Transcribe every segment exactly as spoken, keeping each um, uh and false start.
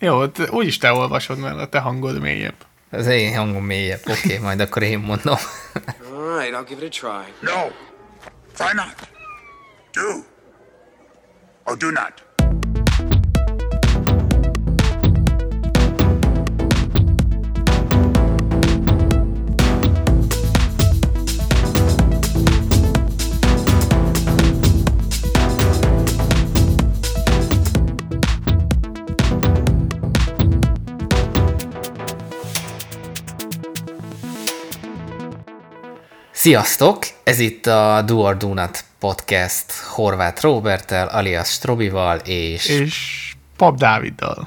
Jó, úgyis te olvasod, mert a te hangod mélyebb. Az én hangom mélyebb. Oké, okay, majd akkor én mondom. All right, I'll give it a try. No. Try not. Do. Or do not. Sziasztok! Ez itt a Do or Do Not podcast Horváth Róberttel, alias Strobival, és... És Pap Dáviddal.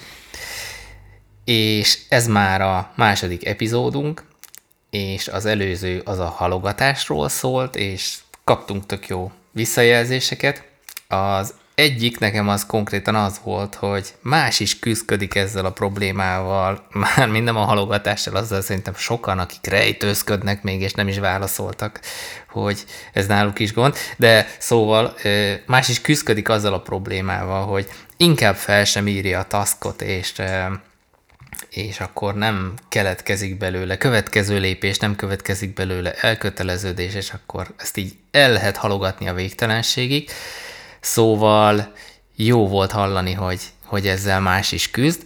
És ez már a második epizódunk, és az előző az a halogatásról szólt, és kaptunk tök jó visszajelzéseket. Az egyik nekem az konkrétan az volt, hogy más is küzdködik ezzel a problémával, már mind nem a halogatással, azzal szerintem sokan, akik rejtőzködnek még, és nem is válaszoltak, hogy ez náluk is gond, de szóval más is küzdködik azzal a problémával, hogy inkább fel sem írja a taskot, és, és akkor nem keletkezik belőle következő lépés, nem következik belőle elköteleződés, és akkor ezt így el lehet halogatni a végtelenségig. Szóval jó volt hallani, hogy, hogy ezzel más is küzd.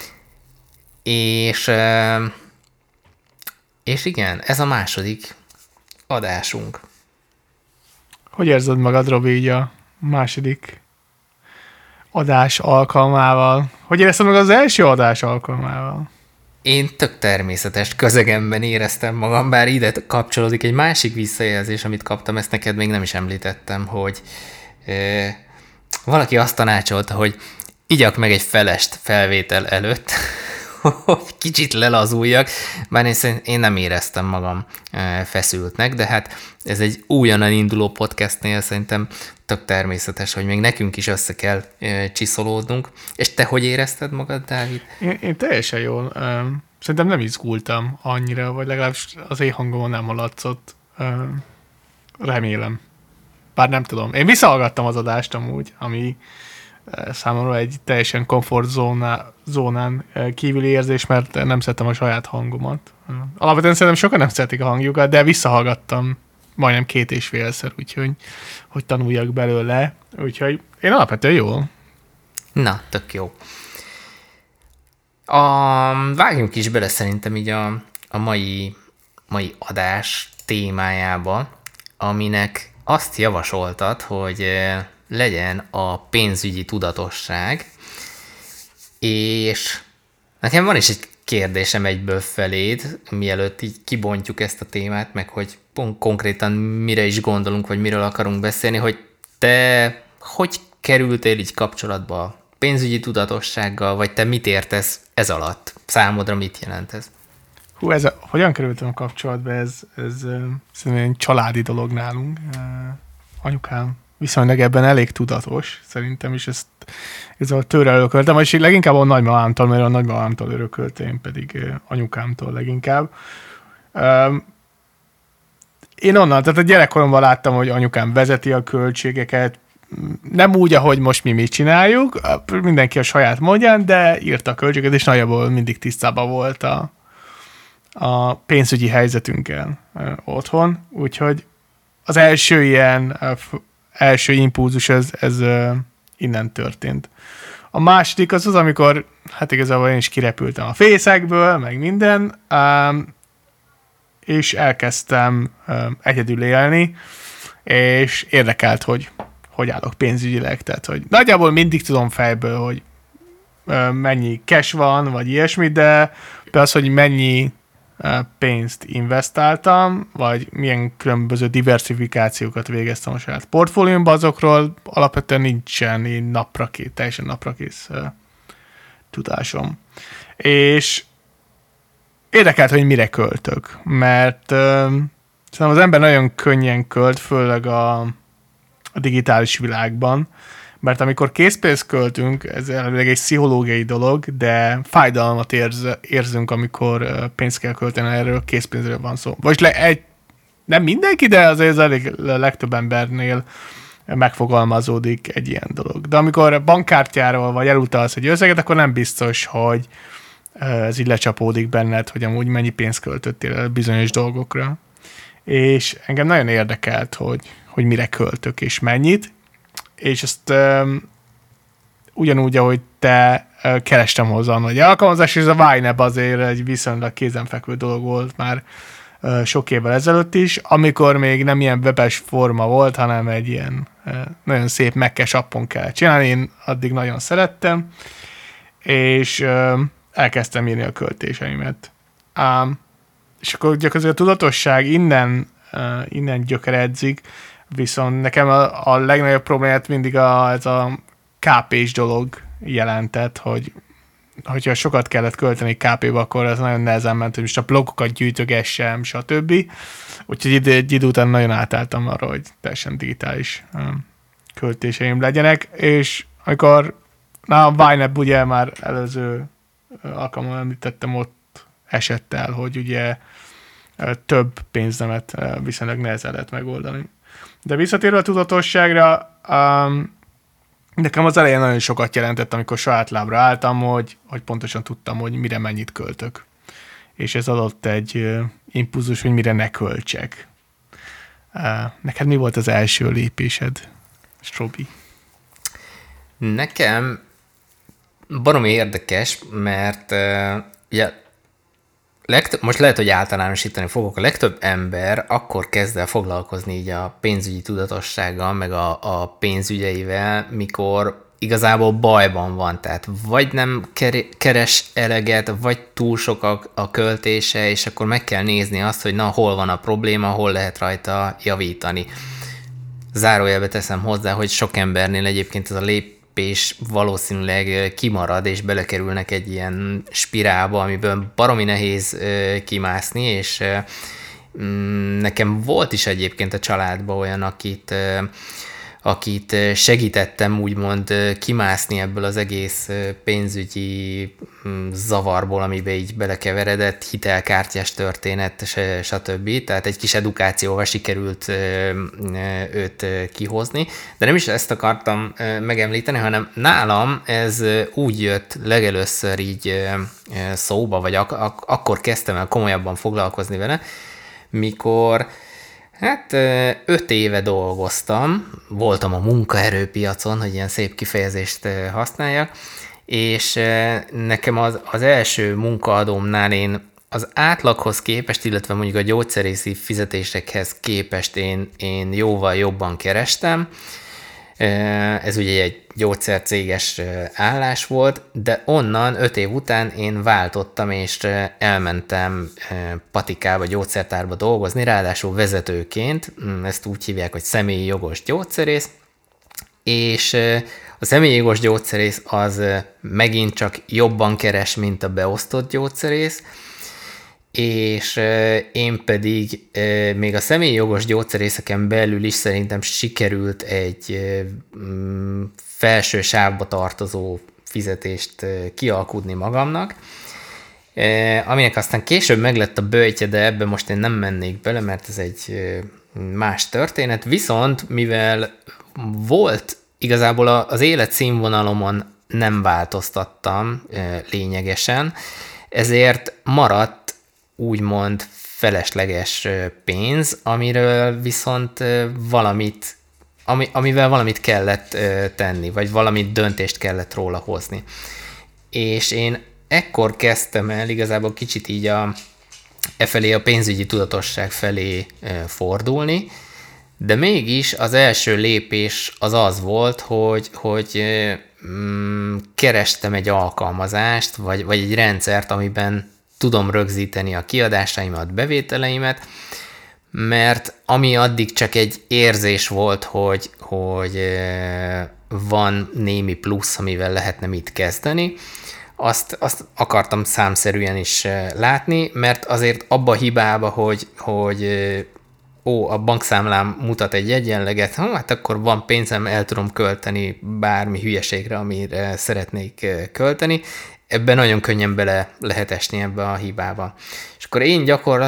És, és igen, ez a második adásunk. Hogy érzed magad, Robi, így a második adás alkalmával? Hogy érezted meg az első adás alkalmával? Én tök természetes közegemben éreztem magam, bár ide kapcsolódik egy másik visszajelzés, amit kaptam, ezt neked még nem is említettem, hogy valaki azt tanácsolta, hogy igyak meg egy felest felvétel előtt, hogy kicsit lelazuljak, bár én, szerint, én nem éreztem magam feszültnek, de hát ez egy újonnan induló podcastnél szerintem tök természetes, hogy még nekünk is össze kell csiszolódnunk. És te hogy érezted magad, Dávid? Én, én teljesen jól. Szerintem nem izgultam annyira, vagy legalábbis az én hangomon nem hallatszott. Remélem. Bár nem tudom. Én visszahallgattam az adást amúgy, ami számomra egy teljesen komfortzónán kívüli érzés, mert nem szerettem a saját hangomat. Alapvetően szerintem sokan nem szeretik a hangjukat, de visszahallgattam majdnem két és félszer, úgyhogy hogy tanuljak belőle. Úgyhogy én alapvetően jól. Na, tök jó. A, vágjunk is bele szerintem így a, a mai, mai adás témájába, aminek azt javasoltad, hogy legyen a pénzügyi tudatosság, és nekem van is egy kérdésem egyből feléd, mielőtt így kibontjuk ezt a témát, meg hogy konkrétan mire is gondolunk, vagy miről akarunk beszélni, hogy te hogy kerültél így kapcsolatba a pénzügyi tudatossággal, vagy te mit értesz ez alatt? Számodra mit jelent ez? Hú, ez a, hogyan kerültem a kapcsolatba? Ez, ez szerintem egy családi dolog nálunk. Anyukám viszonylag ebben elég tudatos, szerintem is ezt ezzel tőle örököltem, vagyis leginkább a nagymamámtól, mert a nagymamámtól örököltem, én pedig anyukámtól leginkább. Én onnan, tehát a gyerekkoromban láttam, hogy anyukám vezeti a költségeket, nem úgy, ahogy most mi mit csináljuk, mindenki a saját módján, de írta a költségeket, és nagyjából mindig tisztában volt a, a pénzügyi helyzetünkkel otthon, úgyhogy az első ilyen első impulzus, ez, ez innen történt. A második az az, amikor, hát igazából én is kirepültem a fészekből, meg minden, és elkezdtem egyedül élni, és érdekelt, hogy hogy állok pénzügyileg, tehát hogy nagyjából mindig tudom fejből, hogy mennyi cash van, vagy ilyesmi, de az, hogy mennyi pénzt investáltam, vagy milyen különböző diversifikációkat végeztem a saját portfóliómban, azokról alapvetően nincsen napra kész, teljesen napra kész uh, tudásom. És érdekelt, hogy mire költök, mert uh, szerintem az ember nagyon könnyen költ, főleg a, a digitális világban, mert amikor készpénzt költünk, ez elvileg egy pszichológiai dolog, de fájdalmat érz, érzünk, amikor pénzt kell költeni, erről készpénzről van szó. Vagy le, egy, nem mindenki, de azért ez elég legtöbb embernél megfogalmazódik egy ilyen dolog. De amikor bankkártyáról vagy elutalsz egy összeget, akkor nem biztos, hogy ez így lecsapódik benned, hogy amúgy mennyi pénzt költöttél bizonyos dolgokra. És engem nagyon érdekelt, hogy, hogy mire költök és mennyit, és ezt um, ugyanúgy, ahogy te uh, kerestem hozzá nagy alkalmazás, és a YNAB azért egy viszonylag kézenfekvő dolog volt már uh, sok évvel ezelőtt is, amikor még nem ilyen webes forma volt, hanem egy ilyen uh, nagyon szép mekkes appon kellett csinálni, én addig nagyon szerettem, és uh, elkezdtem írni a költéseimet. Um, és akkor gyakorlatilag a tudatosság innen, uh, innen gyökeredzik, viszont nekem a, a legnagyobb problémát mindig a, ez a ká pés dolog jelentett, hogy hogyha sokat kellett költeni ká pébe, akkor ez nagyon nehezen ment, hogy most a blogokat gyűjtögessem, stb. Úgyhogy ide, egy idő után nagyon átálltam arra, hogy teljesen digitális um, költéseim legyenek, és amikor na, a YNAB ugye már előző alkalommal említettem, ott esett el, hogy ugye több pénznemet viszonylag nehezen lehet megoldani. De visszatérve a tudatosságra, um, nekem az elején nagyon sokat jelentett, amikor saját lábra álltam, hogy, hogy pontosan tudtam, hogy mire mennyit költök. És ez adott egy uh, impulzus, hogy mire ne költsek. Uh, neked mi volt az első lépésed, Robi? Nekem baromi érdekes, mert uh, ja, legtöbb, most lehet, hogy általánosítani fogok, a legtöbb ember akkor kezd el foglalkozni így a pénzügyi tudatossággal, meg a, a pénzügyeivel, mikor igazából bajban van, tehát vagy nem keres eleget, vagy túl sok a, a költése, és akkor meg kell nézni azt, hogy na, hol van a probléma, hol lehet rajta javítani. Zárójelbe teszem hozzá, hogy sok embernél egyébként ez a lépés valószínűleg kimarad, és belekerülnek egy ilyen spirálba, amiből baromi nehéz kimászni, és nekem volt is egyébként a családban olyan, akit, akit segítettem úgymond kimászni ebből az egész pénzügyi zavarból, amiben így belekeveredett, hitelkártyás történet, stb. Tehát egy kis edukációval sikerült őt kihozni. De nem is ezt akartam megemlíteni, hanem nálam ez úgy jött legelőször így szóba, vagy ak- ak- akkor kezdtem el komolyabban foglalkozni vele, mikor hát öt éve dolgoztam, voltam a munkaerőpiacon, hogy ilyen szép kifejezést használjak, és nekem az, az első munkaadómnál én az átlaghoz képest, illetve mondjuk a gyógyszerészi fizetésekhez képest én, én jóval jobban kerestem. Ez ugye egy gyógyszercéges állás volt, de onnan öt év után én váltottam, és elmentem patikába, gyógyszertárba dolgozni, ráadásul vezetőként, ezt úgy hívják, hogy személyi jogos gyógyszerész, és a személyi jogos gyógyszerész az megint csak jobban keres, mint a beosztott gyógyszerész, és én pedig még a személyi jogos gyógyszerészeken belül is szerintem sikerült egy felső sávba tartozó fizetést kialkudni magamnak, aminek aztán később meglett a böjtje, de ebbe most én nem mennék bele, mert ez egy más történet, viszont mivel volt igazából az életszínvonalomon nem változtattam lényegesen, ezért maradt úgymond felesleges pénz, amiről viszont valamit, ami, amivel valamit kellett tenni, vagy valamit döntést kellett róla hozni. És én ekkor kezdtem el igazából kicsit így a, e felé, a pénzügyi tudatosság felé fordulni, de mégis az első lépés az az volt, hogy, hogy mm, kerestem egy alkalmazást, vagy, vagy egy rendszert, amiben tudom rögzíteni a kiadásaimat, bevételeimet, mert ami addig csak egy érzés volt, hogy, hogy van némi plusz, amivel lehetne mit kezdeni, azt, azt akartam számszerűen is látni, mert azért abba a hibába, hogy, hogy ó, a bankszámlám mutat egy egyenleget, hát akkor van pénzem, el tudom költeni bármi hülyeségre, amire szeretnék költeni, ebben nagyon könnyen bele lehet esni ebbe a hibába. És akkor én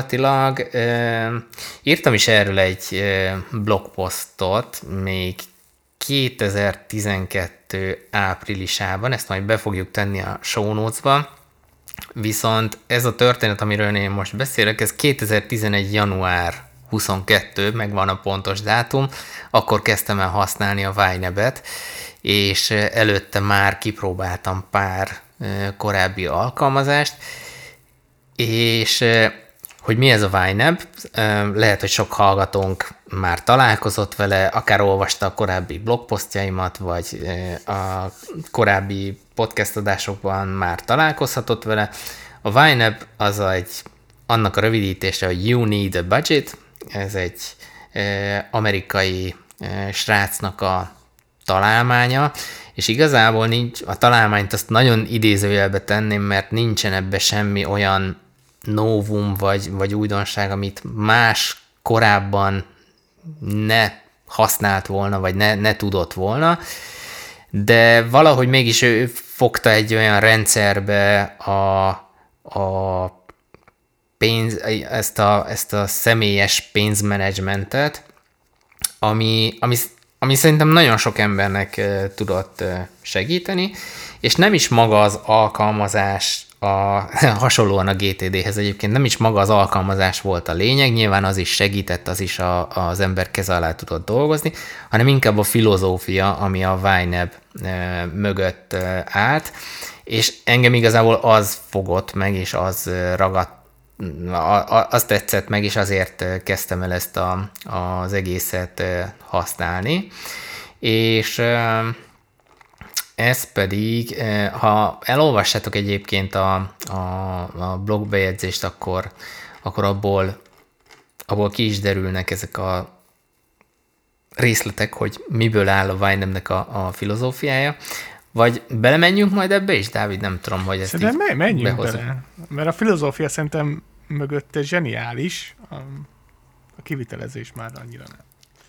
gyakorlatilag e, írtam is erről egy e, blogposztot még kétezer-tizenkettő áprilisában, ezt majd be fogjuk tenni a show notes-ba, viszont ez a történet, amiről én most beszélek, ez kétezer-tizenegy január huszonkettő, megvan a pontos dátum, akkor kezdtem el használni a Vyneb-et, és előtte már kipróbáltam pár korábbi alkalmazást, és hogy mi ez a Vyneb, lehet, hogy sok hallgatónk már találkozott vele, akár olvasta a korábbi blogposztjaimat, vagy a korábbi podcast adásokban már találkozhatott vele. A Vyneb az egy, annak a rövidítése, hogy You Need a Budget, ez egy amerikai srácnak a találmánya, és igazából nincs, a találmányt azt nagyon idézőjelbe tenném, mert nincsen ebbe semmi olyan novum vagy, vagy újdonság, amit más korábban ne használt volna, vagy ne, ne tudott volna, de valahogy mégis ő fogta egy olyan rendszerbe a, a pénz, ezt, a, ezt a személyes pénzmenedzsmentet, ami, ami, ami szerintem nagyon sok embernek tudott segíteni, és nem is maga az alkalmazás, a, hasonlóan a gé té dé-hez egyébként nem is maga az alkalmazás volt a lényeg, nyilván az is segített, az is a, az ember keze alá tudott dolgozni, hanem inkább a filozófia, ami a Vyneb e, mögött e, állt, és engem igazából az fogott meg, és az ragadt, az tetszett meg, és azért kezdtem el ezt a, az egészet használni, és ez pedig, ha elolvassátok egyébként a, a, a blogbejegyzést, akkor, akkor abból, abból ki is derülnek ezek a részletek, hogy miből áll a Vynebnek a, a filozófiája. Vagy belemenjünk majd ebbe is, Dávid? Nem tudom, hogy ezt szerintem így menjünk behozom. bele, mert a filozófia szerintem mögötte zseniális, a, a kivitelezés már annyira nem.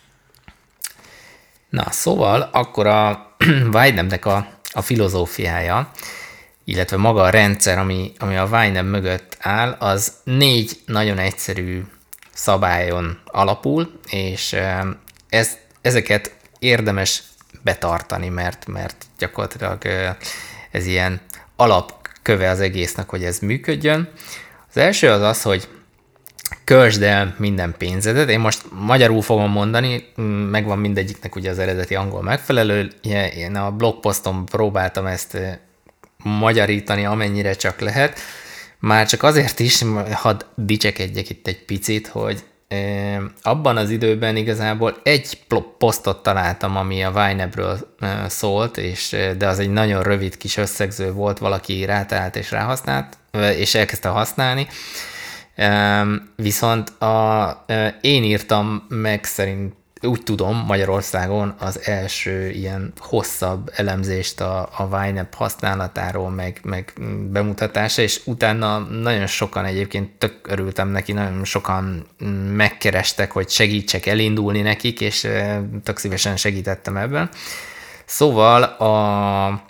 Na, szóval akkor a Vynebnek a, a filozófiája, illetve maga a rendszer, ami, ami a Vyneb mögött áll, az négy nagyon egyszerű szabályon alapul, és ez, ezeket érdemes betartani, mert, mert gyakorlatilag ez ilyen alapköve az egésznek, hogy ez működjön. Az első az az, hogy költsd el minden pénzedet. Én most magyarul fogom mondani, megvan mindegyiknek ugye az eredeti angol megfelelő. Én a blogposzton próbáltam ezt magyarítani, amennyire csak lehet. Már csak azért is, hadd dicsekedjek itt egy picit, hogy abban az időben igazából egy posztot találtam, ami a Vynebről szólt, és, de az egy nagyon rövid kis összegző volt, valaki rátalált és ráhasznált, és elkezdte használni. Viszont a, én írtam meg szerint, úgy tudom, Magyarországon az első ilyen hosszabb elemzést a, a Vyneb használatáról, meg, meg bemutatása, és utána nagyon sokan egyébként tök örültem neki, nagyon sokan megkerestek, hogy segítsek elindulni nekik, és tök szívesen segítettem ebben. Szóval a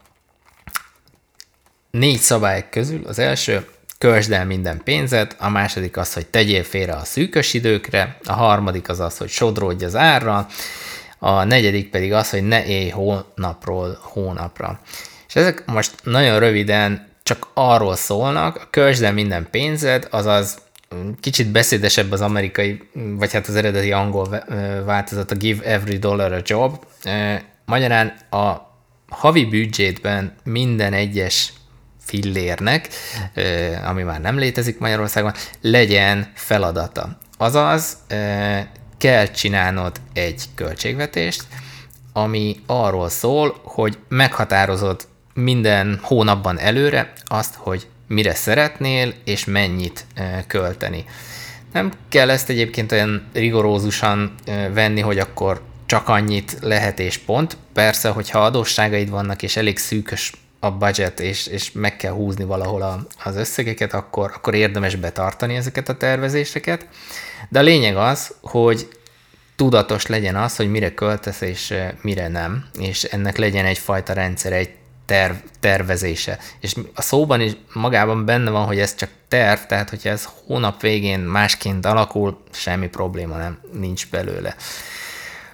négy szabály közül az első, költsd el minden pénzed, a második az, hogy tegyél félre a szűkös időkre, a harmadik az az, hogy sodródj az árra, a negyedik pedig az, hogy ne élj hónapról hónapra. És ezek most nagyon röviden csak arról szólnak, költsd el minden pénzed, azaz kicsit beszédesebb az amerikai, vagy hát az eredeti angol változat, a give every dollar a job. Magyarán a havi büdzsétben minden egyes fillérnek, ami már nem létezik Magyarországon, legyen feladata. Azaz kell csinálnod egy költségvetést, ami arról szól, hogy meghatározod minden hónapban előre azt, hogy mire szeretnél, és mennyit költeni. Nem kell ezt egyébként olyan rigorózusan venni, hogy akkor csak annyit lehet és pont. Persze, hogyha adósságaid vannak, és elég szűkös a budget, és, és meg kell húzni valahol a, az összegeket, akkor, akkor érdemes betartani ezeket a tervezéseket. De a lényeg az, hogy tudatos legyen az, hogy mire költesz, és mire nem, és ennek legyen egyfajta rendszer, egy terv, tervezése. És a szóban is magában benne van, hogy ez csak terv, tehát hogyha ez hónap végén másként alakul, semmi probléma nem, nincs belőle.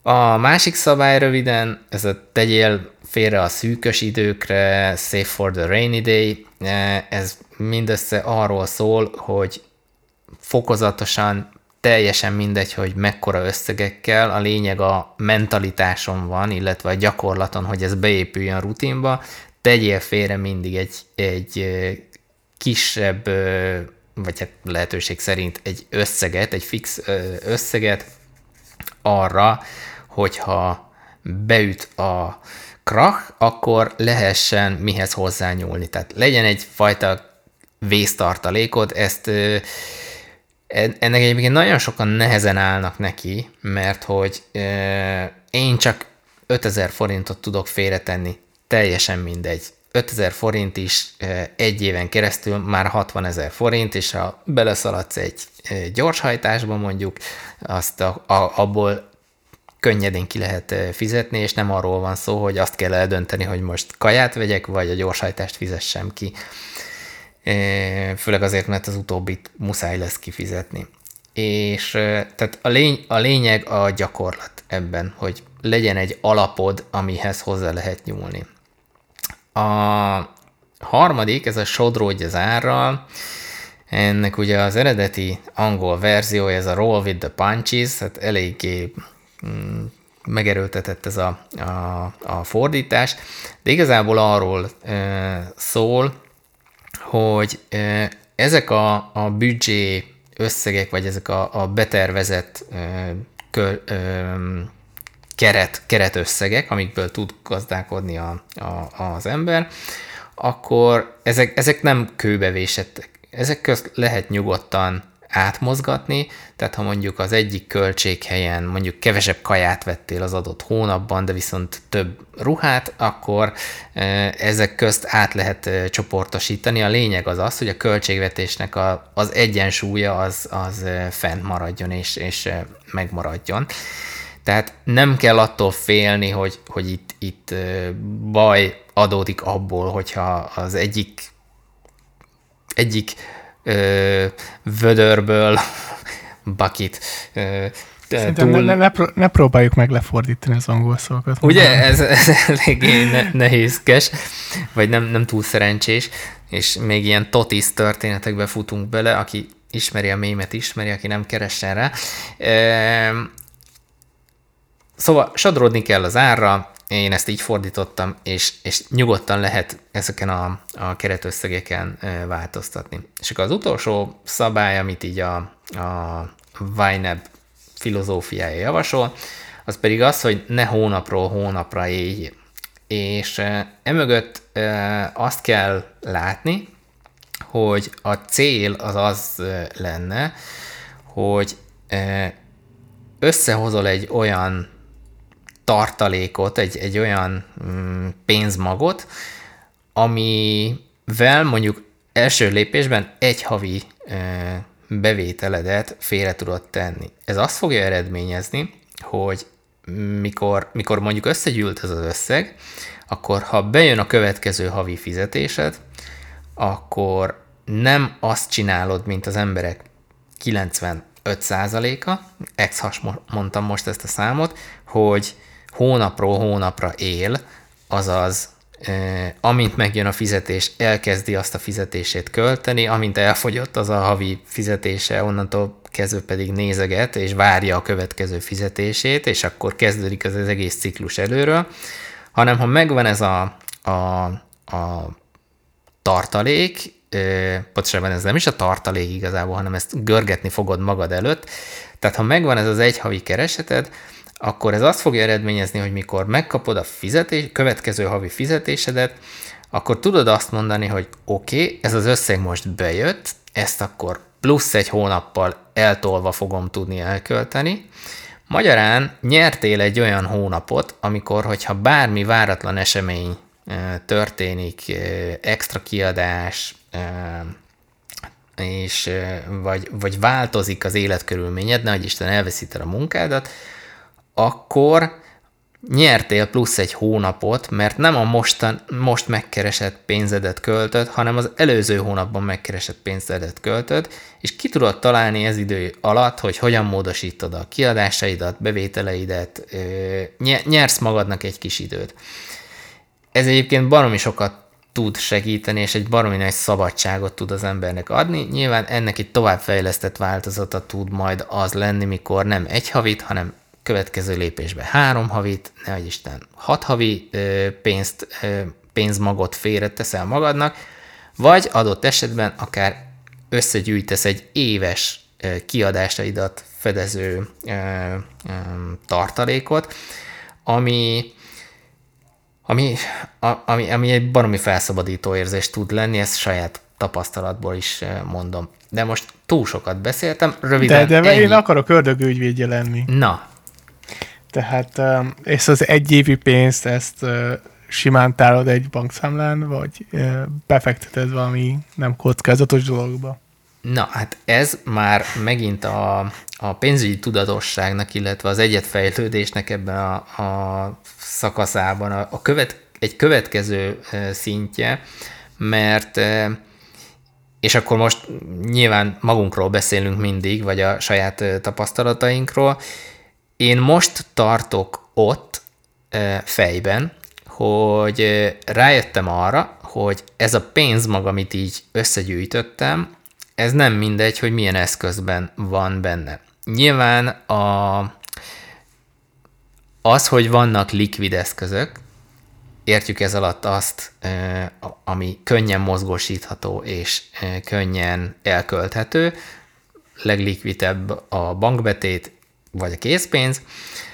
A másik szabály röviden, ez a tegyél félre a szűkös időkre, save for the rainy day, ez mindössze arról szól, hogy fokozatosan, teljesen mindegy, hogy mekkora összegekkel, a lényeg a mentalitáson van, illetve a gyakorlaton, hogy ez beépüljön rutinba, tegyél félre mindig egy, egy kisebb, vagy hát lehetőség szerint egy összeget, egy fix összeget arra, hogyha beüt a krach, akkor lehessen mihez hozzányúlni. Tehát legyen egyfajta vésztartalékod, ezt ennek egyébként nagyon sokan nehezen állnak neki, mert hogy én csak ötezer forintot tudok félretenni, teljesen mindegy. ötezer forint is egy éven keresztül már hatvanezer forint, és ha beleszaladsz egy gyorshajtásba mondjuk, azt a, a, abból könnyedén ki lehet fizetni, és nem arról van szó, hogy azt kell eldönteni, hogy most kaját vegyek, vagy a gyorshajtást fizessem ki. Főleg azért, mert az utóbbit muszáj lesz kifizetni. És tehát a, lény, a lényeg a gyakorlat ebben, hogy legyen egy alapod, amihez hozzá lehet nyúlni. A harmadik, ez a sodródj az árral, ennek ugye az eredeti angol verziója, ez a roll with the punches, hát eléggé mm, megerőltetett ez a, a, a fordítás, de igazából arról e, szól, hogy e, ezek a, a büdzsé összegek, vagy ezek a, a betervezett e, kö, e, keret, keretösszegek, amikből tud gazdálkodni a, a, az ember, akkor ezek, ezek nem kőbevésettek. Ezek közt lehet nyugodtan átmozgatni, tehát ha mondjuk az egyik költséghelyen mondjuk kevesebb kaját vettél az adott hónapban, de viszont több ruhát, akkor ezek közt át lehet csoportosítani. A lényeg az az, hogy a költségvetésnek a, az egyensúlya az, az fent maradjon és, és megmaradjon. Tehát nem kell attól félni, hogy, hogy itt, itt baj adódik abból, hogyha az egyik egyik ö, vödörből bucket ö, Szerintem túl... ne, ne, ne próbáljuk meg lefordítani az angol szavakat. Ugye? Ez, ez eléggé ne, nehézkes, vagy nem, nem túl szerencsés, és még ilyen totis történetekbe futunk bele, aki ismeri a mémet, ismeri, aki nem keressen rá. E, szóval sodródni kell az árra, én ezt így fordítottam, és, és nyugodtan lehet ezeken a, a keretösszegeken e, változtatni. És akkor az utolsó szabály, amit így a, a Weineb filozófiája javasol, az pedig az, hogy ne hónapról hónapra élj. És e, emögött e, azt kell látni, hogy a cél az az lenne, hogy e, összehozol egy olyan tartalékot, egy, egy olyan mm, pénzmagot, amivel mondjuk első lépésben egy havi e, bevételedet félre tudod tenni. Ez azt fogja eredményezni, hogy mikor, mikor mondjuk összegyűlt ez az összeg, akkor ha bejön a következő havi fizetésed, akkor nem azt csinálod, mint az emberek kilencvenöt százaléka, ex-has mondtam most ezt a számot, hogy hónapról hónapra él, azaz eh, amint megjön a fizetés, elkezdi azt a fizetését költeni, amint elfogyott az a havi fizetése, onnantól kezdve pedig nézeget, és várja a következő fizetését, és akkor kezdődik az, az egész ciklus előről, hanem ha megvan ez a, a, a tartalék, eh, pontosabban ez nem is a tartalék igazából, hanem ezt görgetni fogod magad előtt, tehát ha megvan ez az egy havi kereseted, akkor ez azt fogja eredményezni, hogy mikor megkapod a fizetés, következő havi fizetésedet, akkor tudod azt mondani, hogy oké, okay, ez az összeg most bejött, ezt akkor plusz egy hónappal eltolva fogom tudni elkölteni. Magyarán nyertél egy olyan hónapot, amikor, hogyha bármi váratlan esemény történik, extra kiadás, és, vagy, vagy változik az életkörülményed, nehogy Isten elveszíted a munkádat, akkor nyertél plusz egy hónapot, mert nem a mostan, most megkeresett pénzedet költöd, hanem az előző hónapban megkeresett pénzedet költöd, és ki tudod találni ez idő alatt, hogy hogyan módosítod a kiadásaidat, bevételeidet, nyersz magadnak egy kis időt. Ez egyébként baromi sokat tud segíteni, és egy baromi nagy szabadságot tud az embernek adni. Nyilván ennek egy továbbfejlesztett változata tud majd az lenni, mikor nem egy havit, hanem következő lépésben három havit, nehogy Isten hat havi ö, pénzt, ö, pénzmagot félreteszel magadnak, vagy adott esetben akár összegyűjtesz egy éves ö, kiadásaidat fedező ö, ö, tartalékot, ami Ami, ami, ami egy baromi felszabadító érzés tud lenni, ezt saját tapasztalatból is mondom. De most túl sokat beszéltem, röviden De, de ennyi. én akarok ördögügyvédje lenni. Na. Tehát, és az egyévi pénzt, ezt simán tárod egy bankszámlán, vagy befekteted valami nem kockázatos dologba? Na, hát ez már megint a, a pénzügyi tudatosságnak, illetve az egyetfejlődésnek ebben a, a szakaszában a, a követ, egy következő szintje, mert, és akkor most nyilván magunkról beszélünk mindig, vagy a saját tapasztalatainkról, én most tartok ott fejben, hogy rájöttem arra, hogy ez a pénzmag, amit így összegyűjtöttem, ez nem mindegy, hogy milyen eszközben van benne. Nyilván a, az, hogy vannak likvid eszközök, értjük ez alatt azt, ami könnyen mozgósítható és könnyen elkölthető, leglikvidebb a bankbetét vagy a készpénz,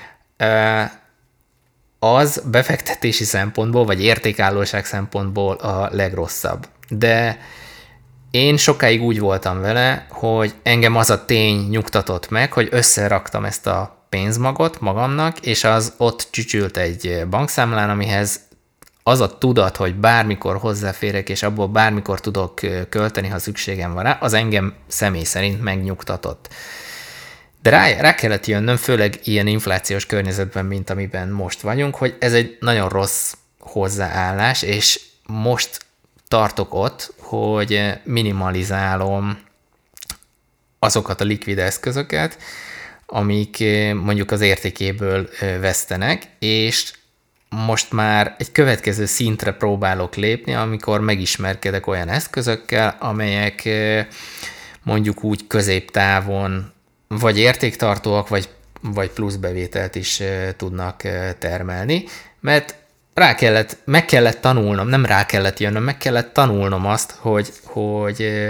az befektetési szempontból vagy értékállóság szempontból a legrosszabb. De én sokáig úgy voltam vele, hogy engem az a tény nyugtatott meg, hogy összeraktam ezt a pénzmagot magamnak, és az ott csücsült egy bankszámlán, amihez az a tudat, hogy bármikor hozzáférek, és abból bármikor tudok költeni, ha szükségem van rá, az engem személy szerint megnyugtatott. De rá, rá kellett jönnöm, főleg ilyen inflációs környezetben, mint amiben most vagyunk, hogy ez egy nagyon rossz hozzáállás, és most tartok ott, hogy minimalizálom azokat a likvid eszközöket, amik mondjuk az értékéből vesztenek, és most már egy következő szintre próbálok lépni, amikor megismerkedek olyan eszközökkel, amelyek mondjuk úgy középtávon vagy értéktartóak, vagy, vagy plusz bevételt is tudnak termelni, mert rá kellett, meg kellett tanulnom, nem rá kellett jönnöm, meg kellett tanulnom azt, hogy, hogy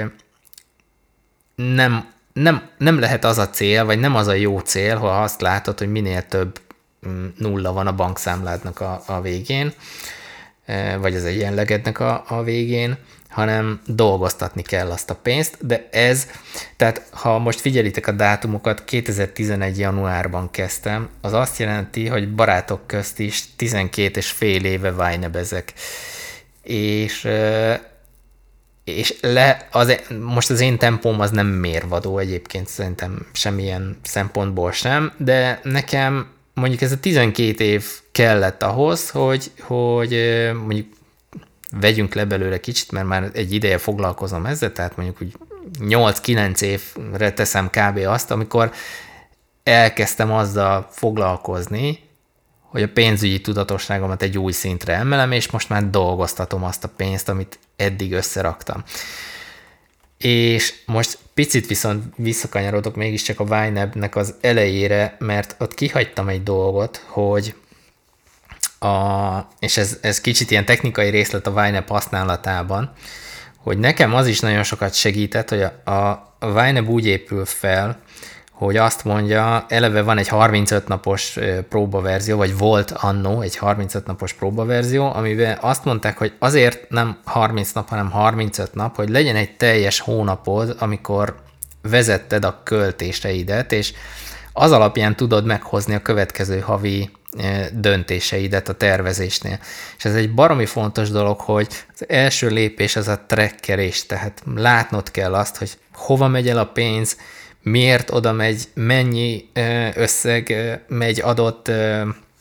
nem, nem, nem lehet az a cél, vagy nem az a jó cél, ha azt látod, hogy minél több nulla van a bankszámládnak a, a végén, vagy az egyenlegednek a, a végén, hanem dolgoztatni kell azt a pénzt, de ez, tehát ha most figyelitek a dátumokat, kétezer-tizenegy januárban kezdtem, az azt jelenti, hogy barátok közt is tizenkét és fél éve vájnebezek. És, és le, az, most az én tempóm az nem mérvadó egyébként, szerintem semmilyen szempontból sem, de nekem mondjuk ez a tizenkét év kellett ahhoz, hogy, hogy mondjuk vegyünk le belőle kicsit, mert már egy ideje foglalkozom ezzel, tehát mondjuk úgy nyolc-kilenc évre teszem kb. Azt, amikor elkezdtem azzal foglalkozni, hogy a pénzügyi tudatosságomat egy új szintre emelem, és most már dolgoztatom azt a pénzt, amit eddig összeraktam. És most picit viszont visszakanyarodok mégiscsak a YNAB-nek az elejére, mert ott kihagytam egy dolgot, hogy A, és ez, ez kicsit ilyen technikai részlet a YNAB használatában, hogy nekem az is nagyon sokat segített, hogy a, a, a YNAB úgy épül fel, hogy azt mondja, eleve van egy harmincöt napos próbaverzió, vagy volt annó egy harmincöt napos próbaverzió, amiben azt mondták, hogy azért nem harminc nap, hanem harmincöt nap, hogy legyen egy teljes hónapod, amikor vezetted a költéseidet, és az alapján tudod meghozni a következő havi döntéseidet a tervezésnél. És ez egy baromi fontos dolog, hogy az első lépés az a trackerés, tehát látnod kell azt, hogy hova megy el a pénz, miért oda megy, mennyi összeg megy adott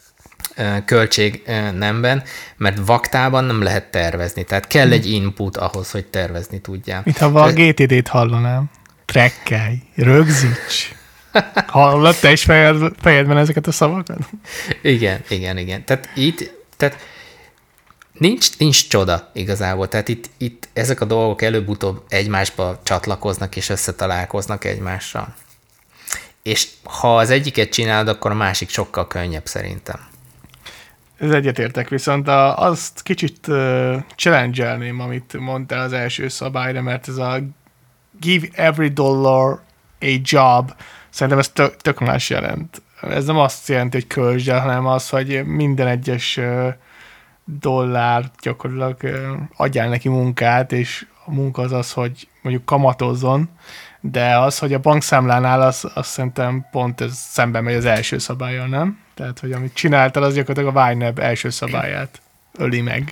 költség nemben, mert vaktában nem lehet tervezni. Tehát kell egy input ahhoz, hogy tervezni tudjál. Mint ha a gé té dét hallanám. Trekkelj, rögzíts. Hallod te is fejed, fejedben ezeket a szavakat? Igen, igen, igen. Tehát itt, tehát nincs, nincs csoda igazából. Tehát itt, itt ezek a dolgok előbb-utóbb egymásba csatlakoznak és összetalálkoznak egymással. És ha az egyiket csinálod, akkor a másik sokkal könnyebb szerintem. Ez egyetértek, viszont a, azt kicsit uh, challenge-elném, amit mondtál az első szabályra, mert ez a give every dollar a job, szerintem ez tök, tök más jelent. Ez nem azt jelenti, hogy költsd el, hanem az, hogy minden egyes uh, dollár gyakorlatilag uh, adjál neki munkát, és a munka az az, hogy mondjuk kamatozzon, de az, hogy a bankszámlánál, az, azt szerintem pont ez szemben megy az első szabállyal, nem? Tehát, hogy amit csináltál, az gyakorlatilag a YNAB első szabályát öli meg.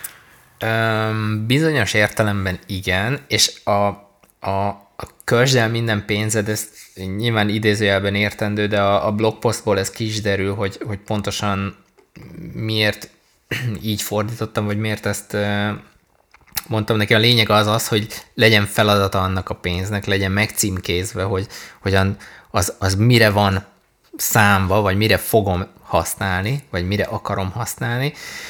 Öm, bizonyos értelemben igen, és a, a, a költsd el minden pénzed, ez nyilván idézőjelben értendő, de a, a blogpostból ez ki is derül, hogy, hogy pontosan miért így fordítottam, vagy miért ezt mondtam neki. A lényeg az az, hogy legyen feladata annak a pénznek, legyen megcímkézve, hogy hogyan az, az mire van számba, vagy mire fogom használni, vagy mire akarom használni.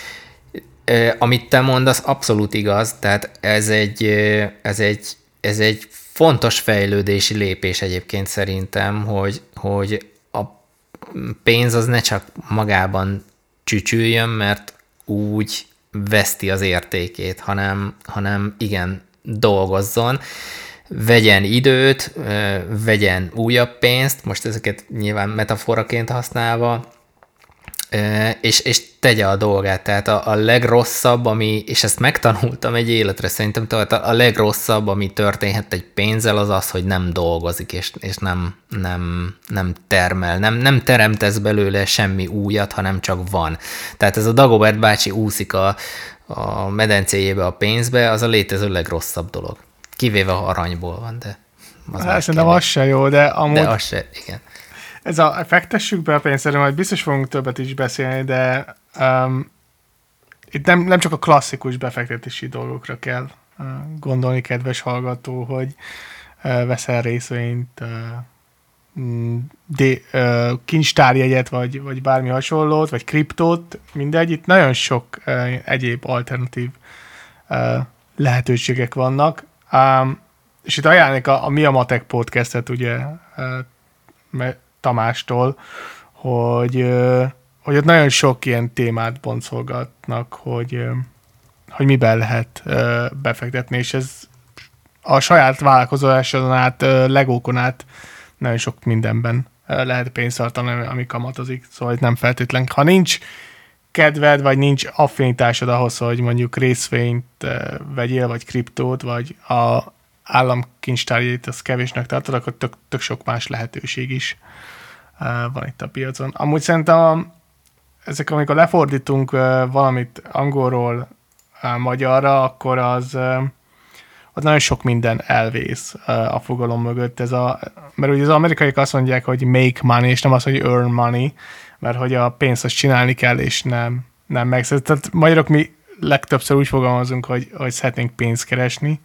Amit te mondasz, abszolút igaz, tehát ez egy, ez egy, ez egy fontos fejlődési lépés egyébként szerintem, hogy, hogy a pénz az ne csak magában csücsüljön, mert úgy veszti az értékét, hanem, hanem igen, dolgozzon, vegyen időt, vegyen újabb pénzt, most ezeket nyilván metaforaként használva, és, és tegye a dolgát. Tehát a, a legrosszabb, ami, és ezt megtanultam egy életre szerintem, tehát a legrosszabb, ami történhet egy pénzzel, az az, hogy nem dolgozik, és, és nem, nem, nem termel, nem, nem teremtesz belőle semmi újat, hanem csak van. Tehát ez a Dagobert bácsi úszik a, a medencéjébe a pénzbe, az a létező legrosszabb dolog. Kivéve, ha aranyból van, de... Hát szerintem az se jó, de amúgy... De az se, igen. Ez a fektessük be a pénzt, majd biztos fogunk többet is beszélni, de um, itt nem, nem csak a klasszikus befektetési dolgokra kell uh, gondolni, kedves hallgató, hogy uh, veszel részvényt, uh, de, uh, kincstárjegyet, vagy, vagy bármi hasonlót, vagy kriptót, mindegy. Itt nagyon sok uh, egyéb alternatív uh, lehetőségek vannak. Um, és itt ajánlnék a, a Mi a Matek podcastet, ugye, uh, mert Tamástól, hogy, hogy ott nagyon sok ilyen témát boncolgatnak, hogy, hogy miben lehet befektetni, és ez a saját vállalkozásodon át, legókon át nagyon sok mindenben lehet pénzt tartani, ami kamatozik. Szóval nem feltétlen. Ha nincs kedved, vagy nincs affinitásod ahhoz, hogy mondjuk részvényt vegyél, vagy kriptót, vagy a államkincstárjét, az kevésnek tartod, akkor tök, tök sok más lehetőség is uh, van itt a piacon. Amúgy szerintem ezek, amikor lefordítunk uh, valamit angolról uh, magyarra, akkor az, uh, az nagyon sok minden elvész uh, a fogalom mögött. Ez a, mert ugye az amerikaiak azt mondják, hogy make money, és nem az, hogy earn money, mert hogy a pénzt azt csinálni kell, és nem, nem megszerzni. Tehát magyarok mi legtöbbször úgy fogalmazunk, hogy, hogy szeretnénk pénzt keresni.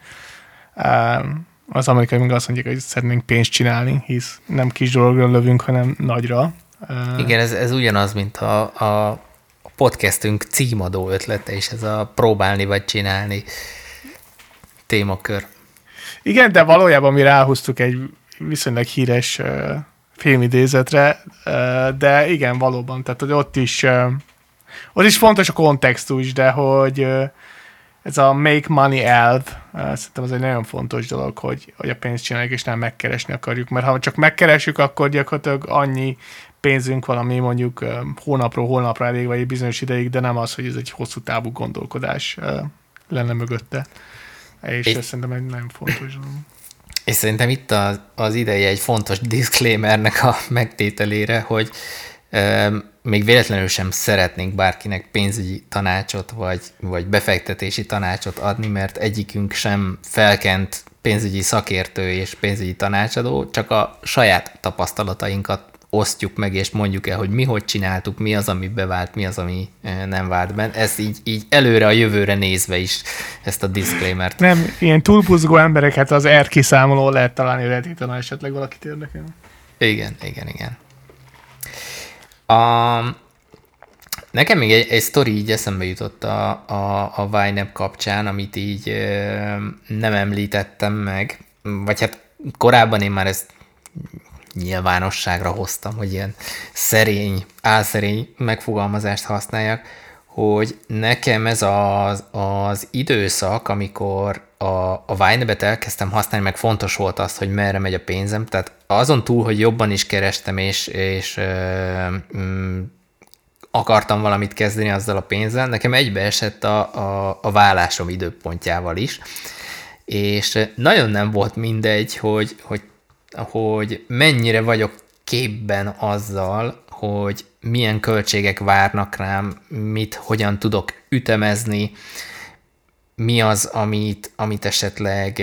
Az amerikai meg azt mondják, hogy szeretnénk pénzt csinálni, hisz nem kis dologra lövünk, hanem nagyra. Igen, ez, ez ugyanaz, mint a, a podcastünk címadó ötlete, és ez a próbálni vagy csinálni témakör. Igen, de valójában mi ráhúztuk egy viszonylag híres uh, filmidézetre, uh, de igen, valóban, tehát hogy ott is, uh, ott is fontos a kontextus, de hogy uh, ez a make money elv, szerintem az egy nagyon fontos dolog, hogy, hogy a pénzt csináljuk, és nem megkeresni akarjuk, mert ha csak megkeresjük, akkor gyakorlatilag annyi pénzünk van, ami mondjuk hónapról hónapra elég, vagy egy bizonyos ideig, de nem az, hogy ez egy hosszú távú gondolkodás lenne mögötte. És és, ez szerintem egy nagyon fontos dolog. És szerintem itt az, az ideje egy fontos disclaimernek a megtételére, hogy még véletlenül sem szeretnénk bárkinek pénzügyi tanácsot, vagy, vagy befektetési tanácsot adni, mert egyikünk sem felkent pénzügyi szakértő és pénzügyi tanácsadó, csak a saját tapasztalatainkat osztjuk meg, és mondjuk el, hogy mi hogy csináltuk, mi az, ami bevált, mi az, ami nem vált benne. Ez így, így előre a jövőre nézve is ezt a disclaimert. Nem, ilyen túlbuzgó embereket az er kiszámoló lehet találni Redditen, ha esetleg valakit érdekel. Igen, igen, igen. A... Nekem még egy, egy sztori így eszembe jutott a, a, a YNAB kapcsán, amit így ö, nem említettem meg, vagy hát korábban én már ezt nyilvánosságra hoztam, hogy ilyen szerény, álszerény megfogalmazást használjak, hogy nekem ez az, az időszak, amikor a, a YNAB-et elkezdtem használni, meg fontos volt az, hogy merre megy a pénzem, tehát azon túl, hogy jobban is kerestem, és, és ö, mm, akartam valamit kezdeni azzal a pénzzel, nekem egybeesett a, a, a vállásom időpontjával is, és nagyon nem volt mindegy, hogy, hogy, hogy mennyire vagyok képben azzal, hogy milyen költségek várnak rám, mit, hogyan tudok ütemezni, mi az, amit, amit esetleg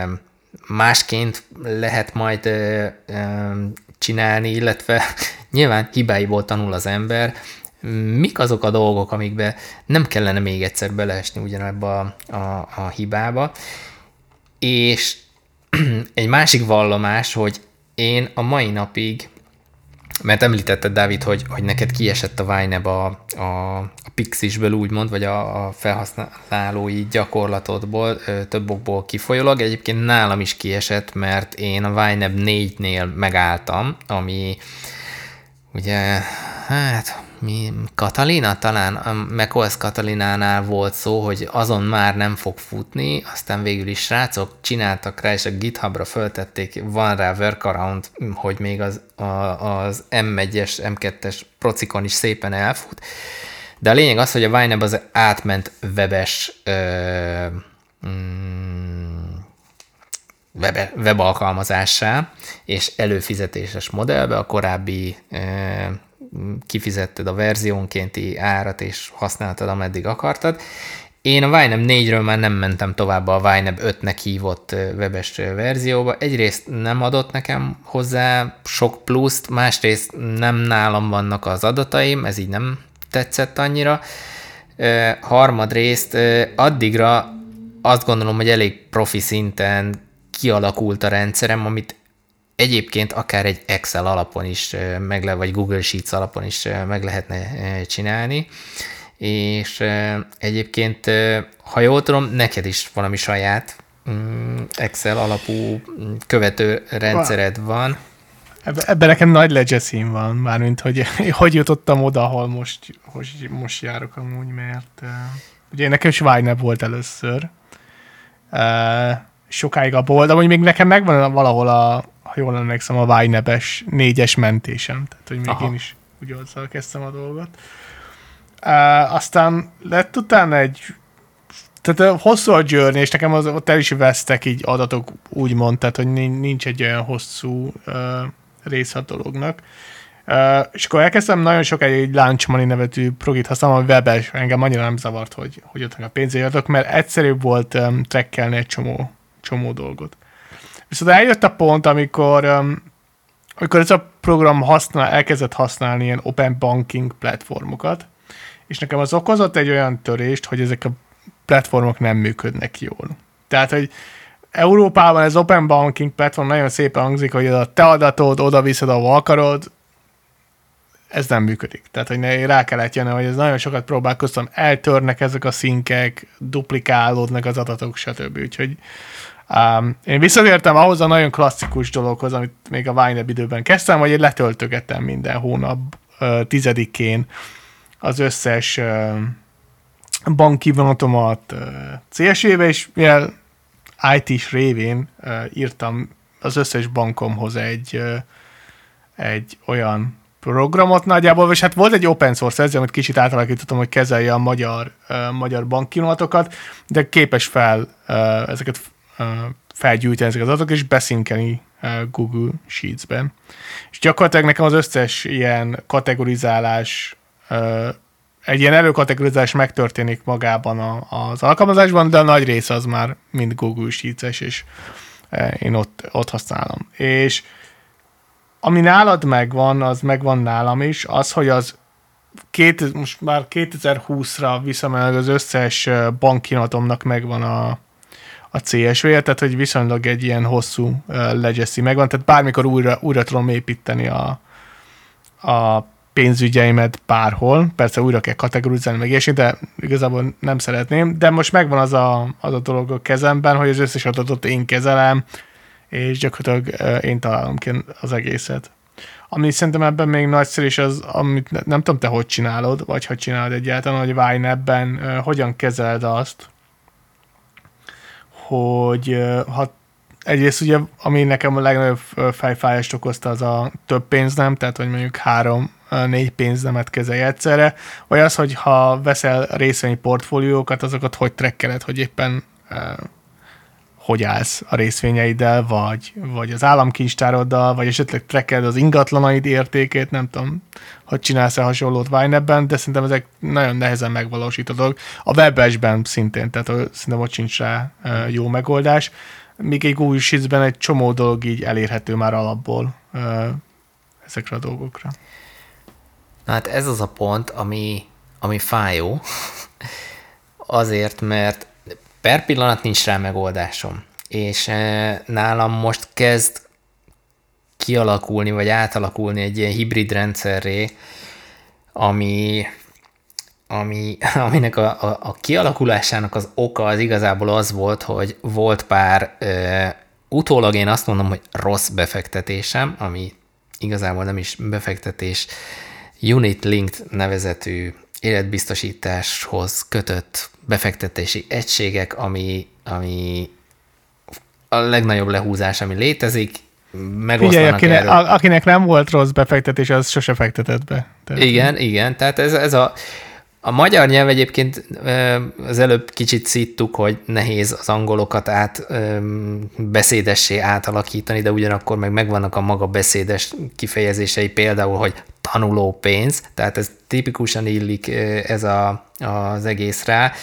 másként lehet majd csinálni, illetve nyilván hibáiból tanul az ember, mik azok a dolgok, amikbe nem kellene még egyszer beleesni ugyanebbe a, a, a hibába. És egy másik vallomás, hogy én a mai napig, mert említetted, Dávid, hogy, hogy neked kiesett a YNAB a, a, a Pixisből úgymond, vagy a, a felhasználói gyakorlatodból, több okból kifolyólag. Egyébként nálam is kiesett, mert én a YNAB négynél megálltam, ami ugye, hát mi, Katalina talán, a macOS Katalinánál volt szó, hogy azon már nem fog futni, aztán végül is srácok csináltak rá, és a GitHubra föltették, van rá workaround, hogy még az, a, az em egyes, em kettes procikon is szépen elfut, de a lényeg az, hogy a YNAB az átment webes ö, mm, web, web alkalmazássá, és előfizetéses modellbe, a korábbi ö, kifizetted a verziónkénti árat, és használtad, ameddig akartad. Én a YNAB négyről már nem mentem tovább a YNAB ötnek hívott webes verzióba. Egyrészt nem adott nekem hozzá sok pluszt, másrészt nem nálam vannak az adataim, ez így nem tetszett annyira. Harmadrészt addigra azt gondolom, hogy elég profi szinten kialakult a rendszerem, amit egyébként akár egy Excel alapon is meg le, vagy Google Sheets alapon is meg lehetne csinálni, és egyébként, ha jól tudom, neked is valami saját Excel alapú követő rendszered van. Ebben ebbe nekem nagy legeszím van, mármint, hogy hogy jutottam oda, ahol most, hogy most járok amúgy, mert uh, ugye nekem is YNAB volt először, uh, sokáig abból volt, de hogy még nekem megvan valahol a, ha jól emlékszem, a YNAB-es négyes mentésem, tehát hogy még Aha. én is úgy azzal kezdtem a dolgot. Uh, aztán lett utána egy, tehát hosszú a journey, és nekem az, ott el is vesztek így adatok, úgymond, tehát hogy nincs egy olyan hosszú uh, rész a dolognak. Uh, és akkor elkezdtem nagyon sokáig egy Launch Money nevetű progit használom, a webes, engem annyira nem zavart, hogy, hogy ott a pénzügyi adatok, mert egyszerűbb volt um, trackelni egy csomó, csomó dolgot. Viszont eljött a pont, amikor, um, amikor ez a program használ, elkezdett használni ilyen open banking platformokat, és nekem az okozott egy olyan törést, hogy ezek a platformok nem működnek jól. Tehát, hogy Európában ez open banking platform nagyon szépen hangzik, hogy a te adatod, oda viszed, ahol akarod, ez nem működik. Tehát, hogy rá kellett jönni, hogy ez nagyon sokat próbálkoztam, eltörnek ezek a szinkek, duplikálódnak az adatok, stb. Úgyhogy um, én visszatértem ahhoz a nagyon klasszikus dologhoz, amit még a YNAB időben kezdtem, hogy én letöltögettem minden hónap uh, tizedikén az összes uh, banki vonatomat uh, cé es vé-be, és mivel i té-s révén uh, írtam az összes bankomhoz egy, uh, egy olyan programot nagyjából, és hát volt egy open source verzió, amit kicsit átalakítottam, hogy kezelje a magyar, uh, magyar banki vonatokat, de képes fel uh, ezeket uh, felgyűjteni ezeket az adatok, és beszinkeni uh, Google Sheets-ben. És gyakorlatilag nekem az összes ilyen kategorizálás uh, egy ilyen előkategorizálás megtörténik magában a, az alkalmazásban, de a nagy része az már mind Google Sheets-es, és én ott, ott használom. És ami nálad megvan, az megvan nálam is, az, hogy az két, most már kétezer-húszra visszamenőleg az összes bankkinatomnak megvan a, a cé es vé-je, tehát hogy viszonylag egy ilyen hosszú uh, legacy megvan, tehát bármikor újra, újra tudom építeni a, a pénzügyeimet bárhol, persze újra kell kategorizálni meg ilyesmi, de igazából nem szeretném, de most megvan az a, az a dolog a kezemben, hogy az összes adatot én kezelem, és gyakorlatilag uh, én találom ki az egészet. Ami szerintem ebben még nagyszerű, és az, amit nem, nem tudom te hogy csinálod, vagy hogy csinálod egyáltalán, hogy Wine-ben uh, hogyan kezeled azt, hogy uh, ha egyrészt ugye, ami nekem a legnagyobb fejfájást okozta, az a több pénznem, tehát hogy mondjuk három, négy pénznemet kezelj egyszerre, vagy az, hogy ha veszel részvényi portfóliókat, azokat hogy trekkeled, hogy éppen uh, hogy állsz a részvényeiddel, vagy, vagy az államkincstároddal, vagy esetleg trekkeled az ingatlanaid értékét, nem tudom, hogy csinálsz-e hasonlót Wine-ben, de szerintem ezek nagyon nehezen megvalósíthatók. A Webesben szintén, tehát szerintem ott sincs rá uh, jó megoldás. Míg egy Google Sheets-ben egy csomó dolog így elérhető már alapból uh, ezekre a dolgokra. Na hát ez az a pont, ami, ami fájó, azért, mert per pillanat nincs rá megoldásom, és e, nálam most kezd kialakulni, vagy átalakulni egy ilyen hibrid rendszerré, ami, ami, aminek a, a, a kialakulásának az oka az igazából az volt, hogy volt pár, e, utólag én azt mondom, hogy rossz befektetésem, ami igazából nem is befektetés, Unit Linked nevezetű életbiztosításhoz kötött befektetési egységek, ami, ami a legnagyobb lehúzás, ami létezik. Figyelj, akinek, akinek nem volt rossz befektetés, az sose fektetett be. Tehát... Igen, igen, tehát ez, ez a, a magyar nyelv egyébként az előbb kicsit szittuk, hogy nehéz az angolokat át beszédessé átalakítani, de ugyanakkor meg megvannak a maga beszédes kifejezései, például, hogy tanuló pénz, tehát ez tipikusan illik ez a, az egész rá,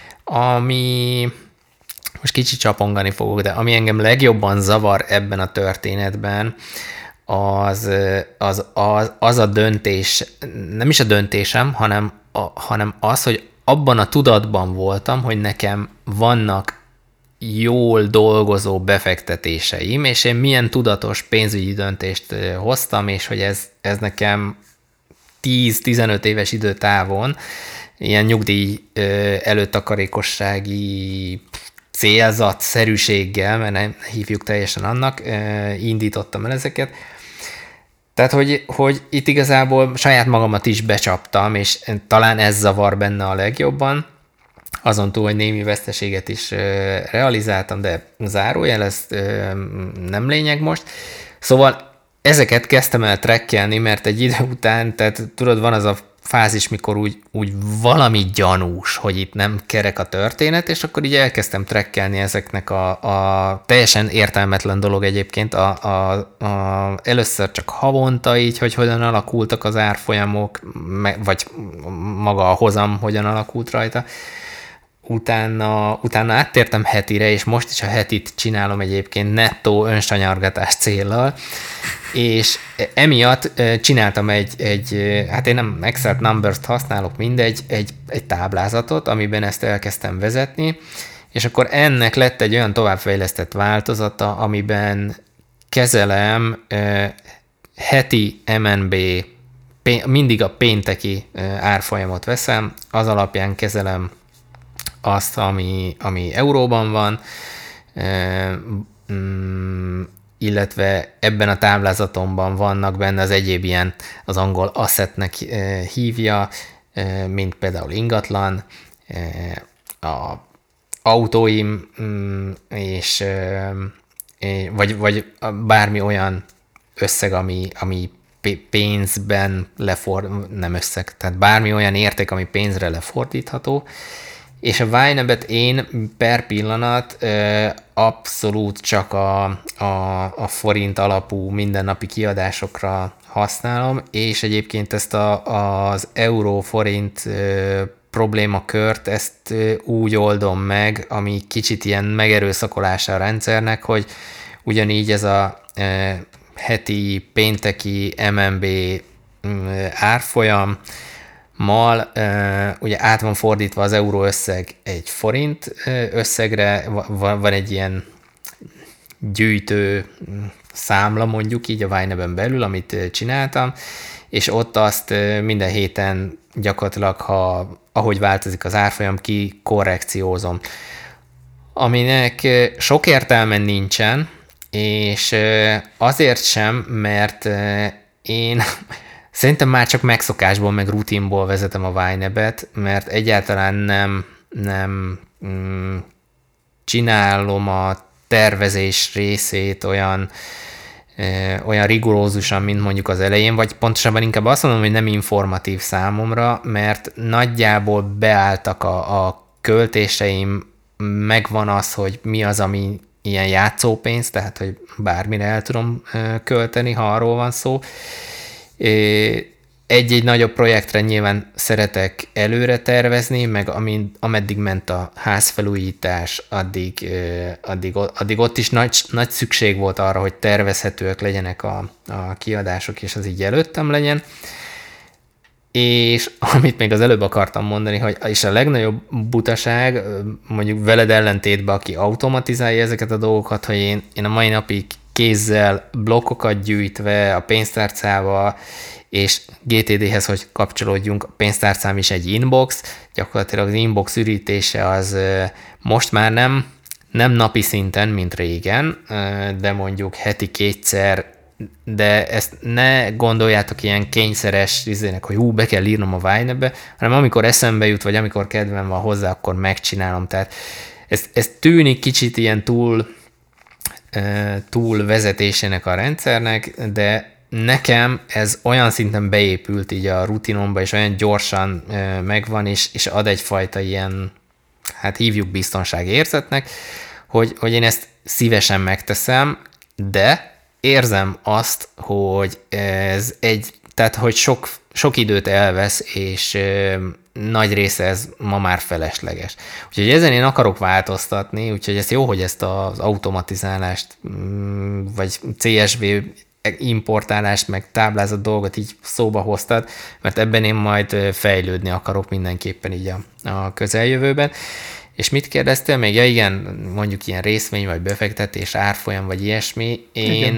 ami most kicsit csapongani fogok, de ami engem legjobban zavar ebben a történetben, az, az, az, az a döntés, nem is a döntésem, hanem, a, hanem az, hogy abban a tudatban voltam, hogy nekem vannak jól dolgozó befektetéseim, és én milyen tudatos pénzügyi döntést hoztam, és hogy ez, ez nekem tíz-tizenöt éves időtávon ilyen nyugdíj előtakarékossági célzatszerűséggel, mert nem hívjuk teljesen annak, indítottam el ezeket. Tehát, hogy, hogy itt igazából saját magamat is becsaptam, és talán ez zavar benne a legjobban, azon túl, hogy némi veszteséget is realizáltam, de zárójel, ez nem lényeg most. Szóval ezeket kezdtem el trekkelni, mert egy idő után, tehát tudod, van az a fázis, mikor úgy, úgy valami gyanús, hogy itt nem kerek a történet, és akkor így elkezdtem trekkelni ezeknek a, a teljesen értelmetlen dolog egyébként, a, a, a, először csak havonta így, hogy hogyan alakultak az árfolyamok, vagy maga a hozam hogyan alakult rajta, Utána, utána áttértem hetire, és most is a hetit csinálom egyébként nettó önsanyargatás céllal, és emiatt csináltam egy, egy hát én nem Excel numbers-t használok, mindegy, egy, egy táblázatot, amiben ezt elkezdtem vezetni, és akkor ennek lett egy olyan továbbfejlesztett változata, amiben kezelem eh, heti em en bé, mindig a pénteki eh, árfolyamot veszem, az alapján kezelem azt, ami, ami euróban van, illetve ebben a táblázatomban vannak benne az egyéb ilyen, az angol assetnek hívja, mint például ingatlan, a autóim, és vagy, vagy bármi olyan összeg, ami, ami pénzben leford, nem összeg, tehát bármi olyan érték, ami pénzre lefordítható, és a Wine-et én per pillanat ö, abszolút csak a, a, a forint alapú mindennapi kiadásokra használom, és egyébként ezt a, az euró-forint ö, problémakört, ezt ö, úgy oldom meg, ami kicsit ilyen megerőszakolása a rendszernek, hogy ugyanígy ez a ö, heti pénteki em en bé árfolyam, mal ugye át van fordítva az euró összeg egy forint összegre, van egy ilyen gyűjtő számla mondjuk így a Vine-ben belül, amit csináltam, és ott azt minden héten gyakorlatilag, ha ahogy változik az árfolyam, ki korrekciózom. Aminek sok értelme nincsen, és azért sem, mert én szerintem már csak megszokásból, meg rutinból vezetem a Vine-bet, mert egyáltalán nem, nem mm, csinálom a tervezés részét olyan, ö, olyan rigorózusan, mint mondjuk az elején, vagy pontosabban inkább azt mondom, hogy nem informatív számomra, mert nagyjából beálltak a, a költéseim, megvan az, hogy mi az, ami ilyen játszópénz, tehát hogy bármire el tudom ö, költeni, ha arról van szó. Egy-egy nagyobb projektre nyilván szeretek előre tervezni, meg amin, ameddig ment a házfelújítás, addig, addig, addig ott is nagy, nagy szükség volt arra, hogy tervezhetőek legyenek a, a kiadások, és az így előttem legyen. És amit még az előbb akartam mondani, hogy és a legnagyobb butaság, mondjuk veled ellentétben, aki automatizálja ezeket a dolgokat, hogy én, én a mai napig kézzel blokkokat gyűjtve a pénztárcába, és gé té dé-hez, hogy kapcsolódjunk, a pénztárcám is egy inbox, gyakorlatilag az inbox ürítése az most már nem, nem napi szinten, mint régen, de mondjuk heti kétszer, de ezt ne gondoljátok ilyen kényszeres izének, hogy hú, be kell írnom a Vine-be, hanem amikor eszembe jut, vagy amikor kedvem van hozzá, akkor megcsinálom. Tehát ez, ez tűnik kicsit ilyen túl túl vezetésének a rendszernek, de nekem ez olyan szinten beépült így a rutinomba, és olyan gyorsan megvan, és, és ad egyfajta ilyen, hát hívjuk biztonságérzetnek, hogy, hogy én ezt szívesen megteszem, de érzem azt, hogy ez egy, tehát hogy sok, sok időt elvesz, és nagy része ez ma már felesleges. Úgyhogy ezen én akarok változtatni, úgyhogy ez jó, hogy ezt az automatizálást, vagy cé es vé importálást, meg táblázat dolgot így szóba hoztad, mert ebben én majd fejlődni akarok mindenképpen így a, a közeljövőben. És mit kérdeztél még? Ja igen, mondjuk ilyen részvény, vagy befektetés, árfolyam, vagy ilyesmi. Én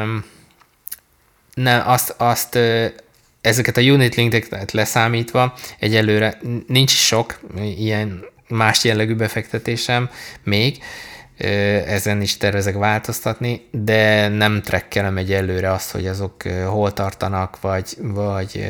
nem, azt, azt ezeket a unit linkeket leszámítva egyelőre nincs sok ilyen más jellegű befektetésem még, ezen is tervezek változtatni, de nem trekkelem egyelőre azt, hogy azok hol tartanak, vagy, vagy,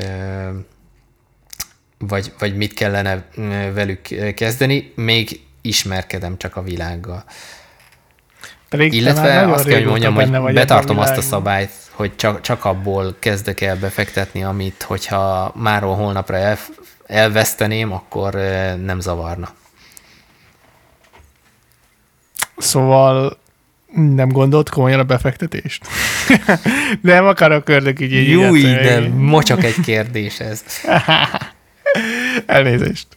vagy, vagy mit kellene velük kezdeni, még ismerkedem csak a világgal. Pedig illetve azt kell, hogy mondjam, hogy betartom azt a szabályt, hogy csak, csak abból kezdek el befektetni, amit, hogyha máról holnapra el, elveszteném, akkor nem zavarna. Szóval nem gondolt komolyan a befektetést? Nem akarok ördög így így. Júj, de mocsak egy kérdés ez. Elnézést.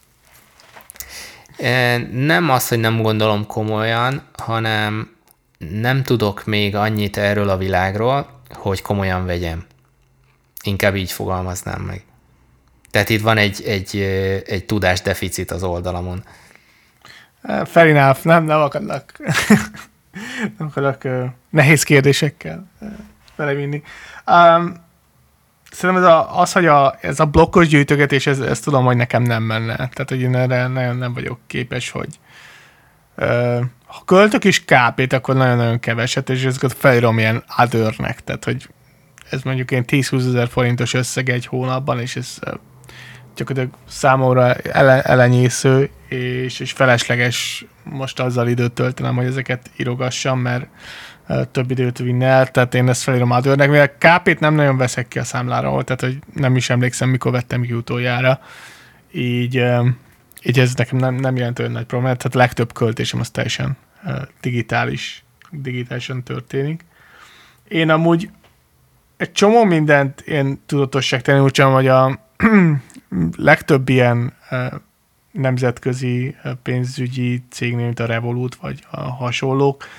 Nem az, hogy nem gondolom komolyan, hanem nem tudok még annyit erről a világról, hogy komolyan vegyem. Inkább így fogalmaznám meg. Tehát itt van egy, egy, egy tudásdeficit az oldalamon. Fair enough, nem, nem akarok, nem akarok uh, nehéz kérdésekkel uh, belevinni. Um, szerintem ez a, az, hogy a, ez a blokkos gyűjtögetés, ez, ez tudom, hogy nekem nem menne. Tehát, hogy én erre nagyon nem vagyok képes, hogy uh, ha költök is ká pét, akkor nagyon-nagyon keveset, és ezeket felírom ilyen othernek, tehát, hogy ez mondjuk én tíz-húszezer forintos összeg egy hónapban, és ez uh, gyakorlatilag számomra ele, elenyésző, és, és felesleges most azzal időt töltenem, hogy ezeket írogassam, mert uh, több időt vinne el, tehát én ezt felírom othernek, mivel ká pét nem nagyon veszek ki a számláról, tehát hogy nem is emlékszem, mikor vettem ki utoljára, így, uh, így ez nekem nem, nem jelent olyan nagy problémát, tehát a legtöbb költésem az teljesen uh, digitális, digitálisan történik. Én amúgy egy csomó mindent én tudatosságtalanul úgy sem, hogy a legtöbb ilyen uh, nemzetközi uh, pénzügyi cégnél, mint a Revolut, vagy a hasonlók,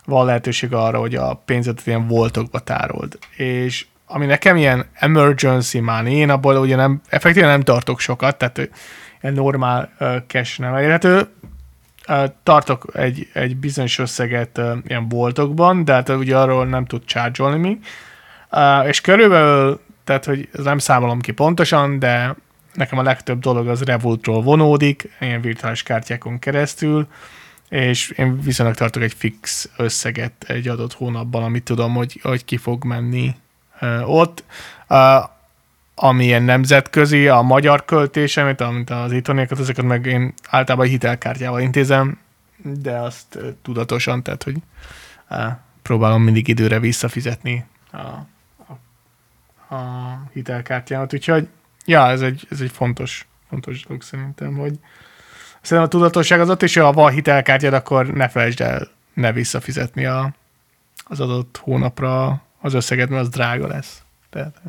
van lehetőség arra, hogy a pénzet ilyen voltokba tárold. És ami nekem ilyen emergency money, én abból ugye nem, effektíven nem tartok sokat, tehát ilyen normál uh, cash nem elérhető. Uh, tartok egy, egy bizonyos összeget uh, ilyen voltokban, de hát ugye arról nem tud charge-olni még. Uh, és körülbelül, tehát hogy nem számolom ki pontosan, de nekem a legtöbb dolog az Revoltról vonódik, ilyen virtuális kártyákon keresztül, és én viszonylag tartok egy fix összeget egy adott hónapban, amit tudom, hogy, hogy ki fog menni uh, ott. Uh, amilyen nemzetközi, a magyar költésemet, amit az itthoniakat, ezeket meg én általában hitelkártyával intézem, de azt uh, tudatosan, tehát hogy uh, próbálom mindig időre visszafizetni a, a, a hitelkártyámat, úgyhogy ja, ez egy, ez egy fontos, fontos dolog szerintem, hogy szerintem a tudatosság az ott is, ha van hitelkártyád, akkor ne felejtsd el ne visszafizetni a, az adott hónapra az összeget, mert az drága lesz. Tehát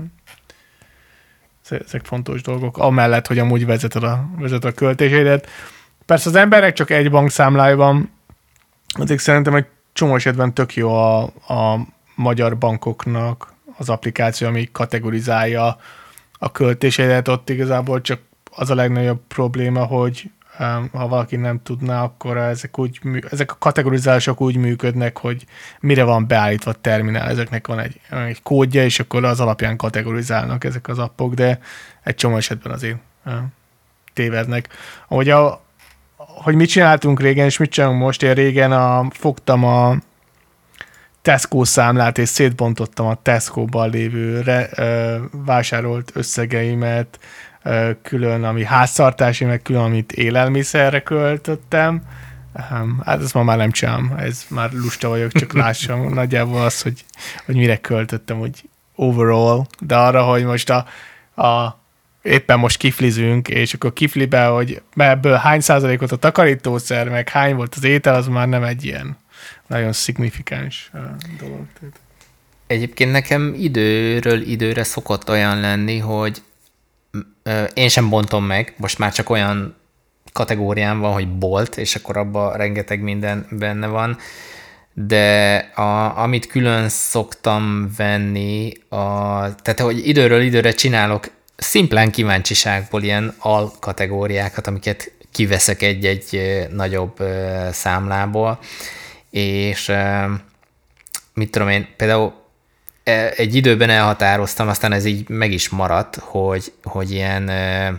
ezek fontos dolgok, amellett, hogy amúgy vezeted a, vezeted a költéseidet. Persze az emberek csak egy bankszámlája van, addig szerintem egy csomó esetben tök jó a, a magyar bankoknak az applikáció, ami kategorizálja a költéseidet, ott igazából csak az a legnagyobb probléma, hogy ha valaki nem tudná, akkor ezek, úgy, ezek a kategorizálások úgy működnek, hogy mire van beállítva a terminál, ezeknek van egy, egy kódja, és akkor az alapján kategorizálnak ezek az appok, de egy csomó esetben azért tévednek. Ahogy a, hogy mit csináltunk régen, és mit csinálunk most, én régen a, fogtam a Tesco számlát, és szétbontottam a Tesco-ban lévő re, ö, vásárolt összegeimet, ö, külön, ami háztartási, meg külön, amit élelmiszerre költöttem. Hát ezt ma már nem csinálom, ez már lusta vagyok, csak lássam nagyjából az, hogy, hogy mire költöttem, hogy overall, de arra, hogy most a, a éppen most kiflizünk, és akkor kiflibe, hogy ebből hány százalékot a takarítószer, meg hány volt az étel, az már nem egy ilyen nagyon szignifikáns uh, dolog. Egyébként nekem időről időre szokott olyan lenni, hogy uh, én sem bontom meg, most már csak olyan kategórián van, hogy bolt, és akkor abban rengeteg minden benne van, de a, amit külön szoktam venni, a, tehát hogy időről időre csinálok szimplán kíváncsiságból ilyen alkategóriákat, amiket kiveszek egy-egy nagyobb számlából, és mit tudom én, például egy időben elhatároztam, aztán ez így meg is maradt, hogy, hogy ilyen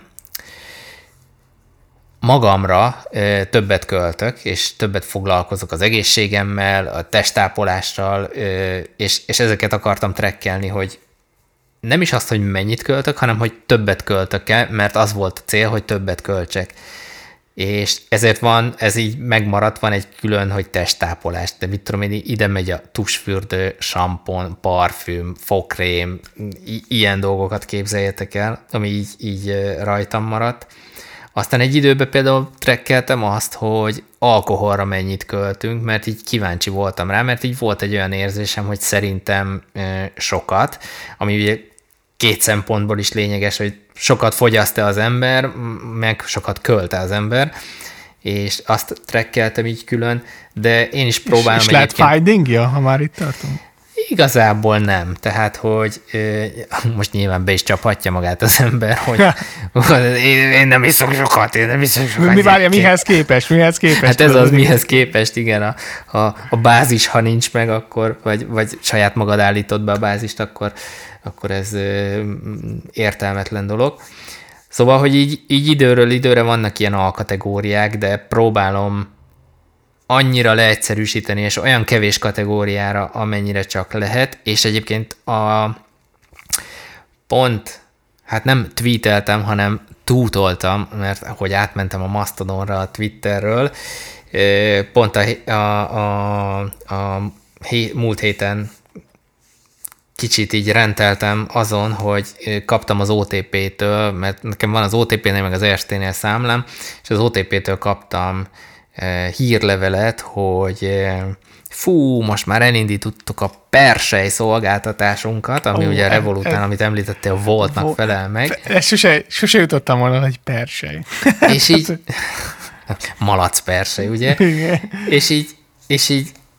magamra többet költök, és többet foglalkozok az egészségemmel, a testápolással, és, és ezeket akartam trekkelni, hogy nem is azt, hogy mennyit költök, hanem hogy többet költök-e, mert az volt a cél, hogy többet költsek. És ezért van, ez így megmaradt, van egy külön, hogy testtápolás, de mit tudom én, ide megy a tusfürdő, sampon, parfüm, fogkrém, i- ilyen dolgokat képzeljetek el, ami így, így rajtam maradt. Aztán egy időben például trekkeltem azt, hogy alkoholra mennyit költünk, mert így kíváncsi voltam rá, mert így volt egy olyan érzésem, hogy szerintem sokat, ami ugye két szempontból is lényeges, hogy sokat fogyaszt-e az ember, meg sokat költ-e az ember, és azt trekkeltem így külön, de én is próbálom. És, és lehet findingja, ha már itt tartunk? Igazából nem. Tehát, hogy most nyilván be is csaphatja magát az ember, hogy én, én nem iszok sokat, én nem iszok sokat. Mi várja, mihez képest? Mihez képest? Hát ez az, mihez képest, igen. A, a, a bázis, ha nincs meg, akkor, vagy, vagy saját magad állítod be a bázist, akkor, akkor ez értelmetlen dolog. Szóval, hogy így, így időről időre vannak ilyen alkategóriák, de próbálom annyira leegyszerűsíteni, és olyan kevés kategóriára, amennyire csak lehet, és egyébként a pont, hát nem tweeteltem, hanem tútoltam, mert hogy átmentem a Mastodonra a Twitterről, pont a, a, a, a hé, múlt héten kicsit így renteltem azon, hogy kaptam az o té pé-től, mert nekem van az o té pé-nél, meg az er es té-nél számlám, és az o té pé-től kaptam hírlevelet, hogy fú, most már elindítottuk a persely szolgáltatásunkat, ami oh, ugye a Revolutnál, amit említettél, a Voltnak Vol- felel meg. Ezt sose, sose jutottam volna, hogy persely. És így, malac persely, ugye? És így, és így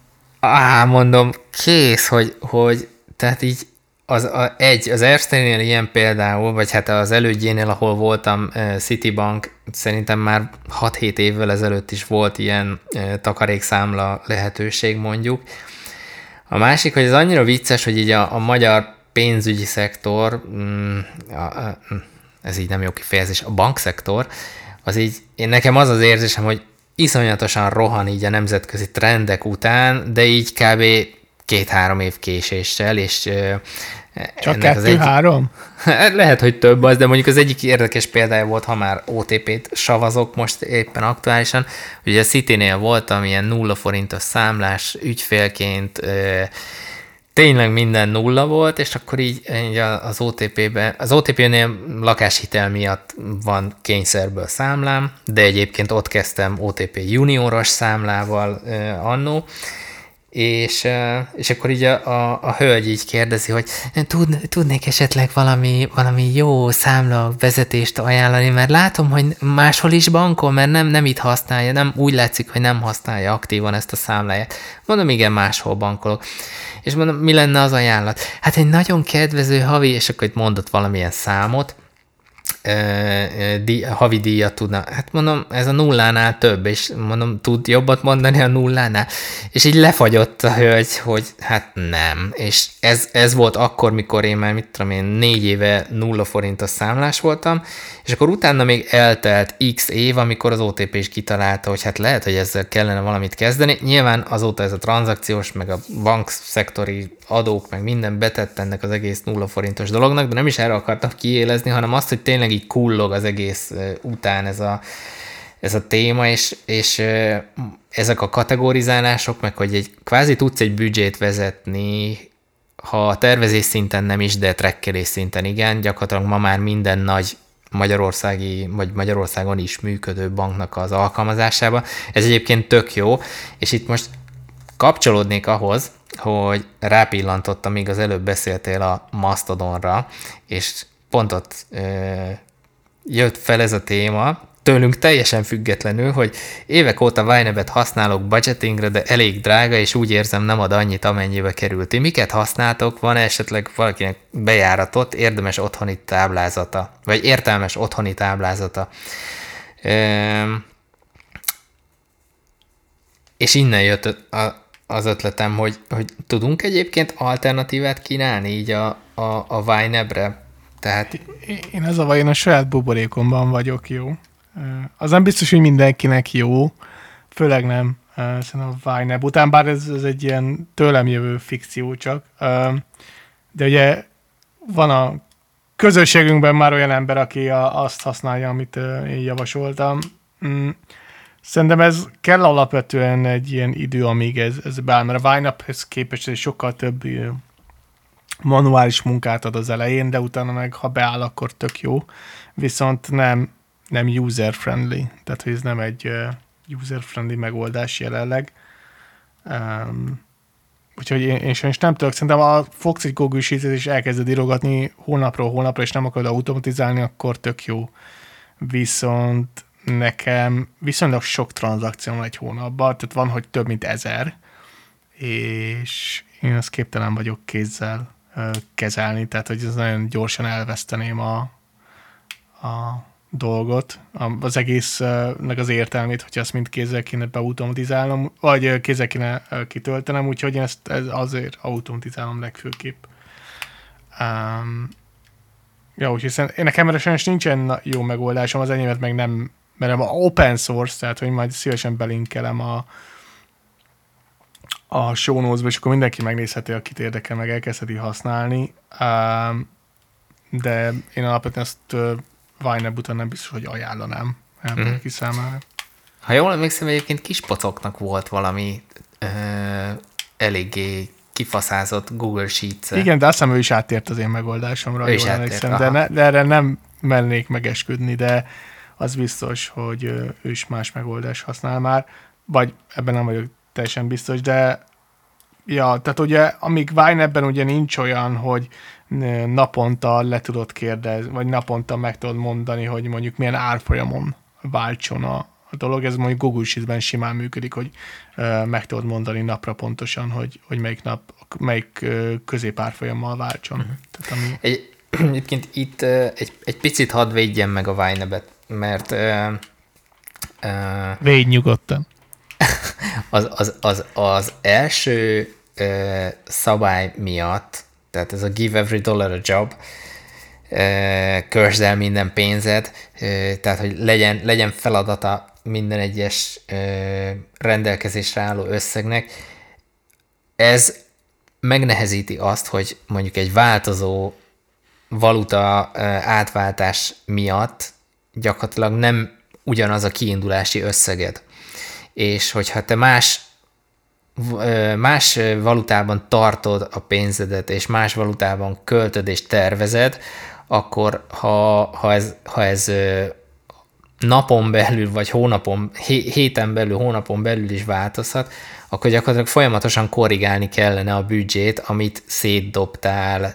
Á, mondom, kész, hogy, hogy tehát így az, a, egy, az Erste-nél ilyen például, vagy hát az elődjénél, ahol voltam, Citibank, szerintem már hat-hét évvel ezelőtt is volt ilyen takarékszámla lehetőség mondjuk. A másik, hogy ez annyira vicces, hogy így a, a magyar pénzügyi szektor, mm, a, a, ez így nem jó kifejezés, a bankszektor, az így, én nekem az az érzésem, hogy iszonyatosan rohan így a nemzetközi trendek után, de így kb. két-három év késéssel, és csak kettő-három? Egy... Lehet, hogy több az, de mondjuk az egyik érdekes példája volt, ha már o té pét savazok most éppen aktuálisan, ugye a Citynél voltam ilyen nulla forintos számlás ügyfélként, tényleg minden nulla volt, és akkor így, így az o té pében, az o té pénél lakáshitel miatt van kényszerből számlám, de egyébként ott kezdtem o té pé junioros számlával uh, annó, és, uh, és akkor így a, a, a hölgy így kérdezi, hogy tud, tudnék esetleg valami, valami jó számla vezetést ajánlani, mert látom, hogy máshol is bankol, mert nem, nem itt használja, nem úgy látszik, hogy nem használja aktívan ezt a számláját. Mondom, igen, máshol bankolok. És mondom, mi lenne az ajánlat? Hát egy nagyon kedvező havi, és akkor itt mondott valamilyen számot, Dí, havi díjat tudna. Hát mondom, ez a nullánál több, és mondom, tud jobbat mondani a nullánál? És így lefagyott a hölgy, hogy hát nem. És ez, ez volt akkor, mikor én már, mit tudom én, négy éve nulla forintos számlás voltam, és akkor utána még eltelt x év, amikor az o té pé is kitalálta, hogy hát lehet, hogy ezzel kellene valamit kezdeni. Nyilván azóta ez a tranzakciós, meg a bankszektori adók, meg minden betett ennek az egész nulla forintos dolognak, de nem is erre akartam kiélezni, hanem azt, hogy tényleg így kullog az egész után ez a, ez a téma, és, és ezek a kategorizálások, meg hogy egy, kvázi tudsz egy büdzsét vezetni, ha a tervezés szinten nem is, de trekkelés szinten igen, gyakorlatilag ma már minden nagy magyarországi, vagy Magyarországon is működő banknak az alkalmazásába. Ez egyébként tök jó, és itt most kapcsolódnék ahhoz, hogy rápillantottam, amíg az előbb beszéltél a Mastodonra, és pont ott ö, jött fel ez a téma, tőlünk teljesen függetlenül, hogy évek óta YNAB-et használok budgetingre, de elég drága, és úgy érzem, nem ad annyit, amennyibe került. Ti miket használtok? Van esetleg valakinek bejáratott, érdemes otthoni táblázata, vagy értelmes otthoni táblázata? Ö, és innen jött a az ötletem, hogy, hogy tudunk egyébként alternatívát kínálni így a, a, a YNAB-re? Tehát... Én az a vajon a saját buborékomban vagyok jó. Az nem biztos, hogy mindenkinek jó, főleg nem szerintem a YNAB után, bár ez, ez egy ilyen tőlem jövő fikció csak. De ugye van a közösségünkben már olyan ember, aki a, azt használja, amit én javasoltam. Szerintem ez kell alapvetően egy ilyen idő, amíg ez, ez beáll, mert a YNAB-hez képest ez sokkal több manuális munkát ad az elején, de utána meg, ha beáll, akkor tök jó. Viszont nem, nem user-friendly, tehát hogy ez nem egy user-friendly megoldás jelenleg. Um, úgyhogy én, én sajnos nem tudok, szerintem ha fogsz egy Google Sheets-et és elkezded írogatni hónapról hónapra, és nem akarod automatizálni, akkor tök jó. Viszont nekem viszonylag sok tranzakció van egy hónapban, tehát van, hogy több mint ezer, és én azt képtelen vagyok kézzel ö, kezelni, tehát hogy ez nagyon gyorsan elveszteném a, a dolgot, az egésznek az értelmét, hogyha ezt mind kézzel kéne beautomatizálnom, vagy kézzel kéne kitöltenem, úgyhogy én ezt azért automatizálom legfőképp. Um, ja, úgyhogy én nekem erre sajnos nincsen jó megoldásom, az enyémet meg nem, mert a open source, tehát hogy majd szívesen belinkelem a, a show notes-ba, és akkor mindenki megnézheti, akit érdekel, meg elkezdheti használni. Um, de én alapvetően ezt YNAB után nem biztos, hogy ajánlanám mm. ki számára. Ha jól emlékszem, egyébként Kispocoknak volt valami ö, eléggé kifaszázott Google Sheets-e. Igen, de azt hiszem, ő is áttért az én megoldásomra, jól emlékszem, de, ne, de erre nem mernék megesküdni, de az biztos, hogy ő is más megoldás használ már, vagy ebben nem vagyok teljesen biztos, de ja, tehát ugye, amíg YNAB-ben ugye nincs olyan, hogy naponta le tudod kérdezni, vagy naponta meg tudod mondani, hogy mondjuk milyen árfolyamon váltson a, a dolog, ez mondjuk Google Sheets-ben simán működik, hogy uh, meg tudod mondani napra pontosan, hogy, hogy melyik nap, melyik uh, középárfolyammal váltson. Uh-huh. Tehát, ami... egy, egyébként itt uh, egy, egy picit hadd védjem meg a Vine-et, mert uh, uh, védj nyugodtan. Az, az, az, az első uh, szabály miatt, tehát ez a give every dollar a job, uh, kösd el minden pénzed, uh, tehát hogy legyen, legyen feladata minden egyes uh, rendelkezésre álló összegnek. Ez megnehezíti azt, hogy mondjuk egy változó valuta uh, átváltás miatt gyakorlatilag nem ugyanaz a kiindulási összeged. És hogyha te más, más valutában tartod a pénzedet, és más valutában költöd és tervezed, akkor ha, ha, ez, ha ez napon belül, vagy hónapon, héten belül, hónapon belül is változhat, akkor gyakorlatilag folyamatosan korrigálni kellene a büdzsét, amit szétdobtál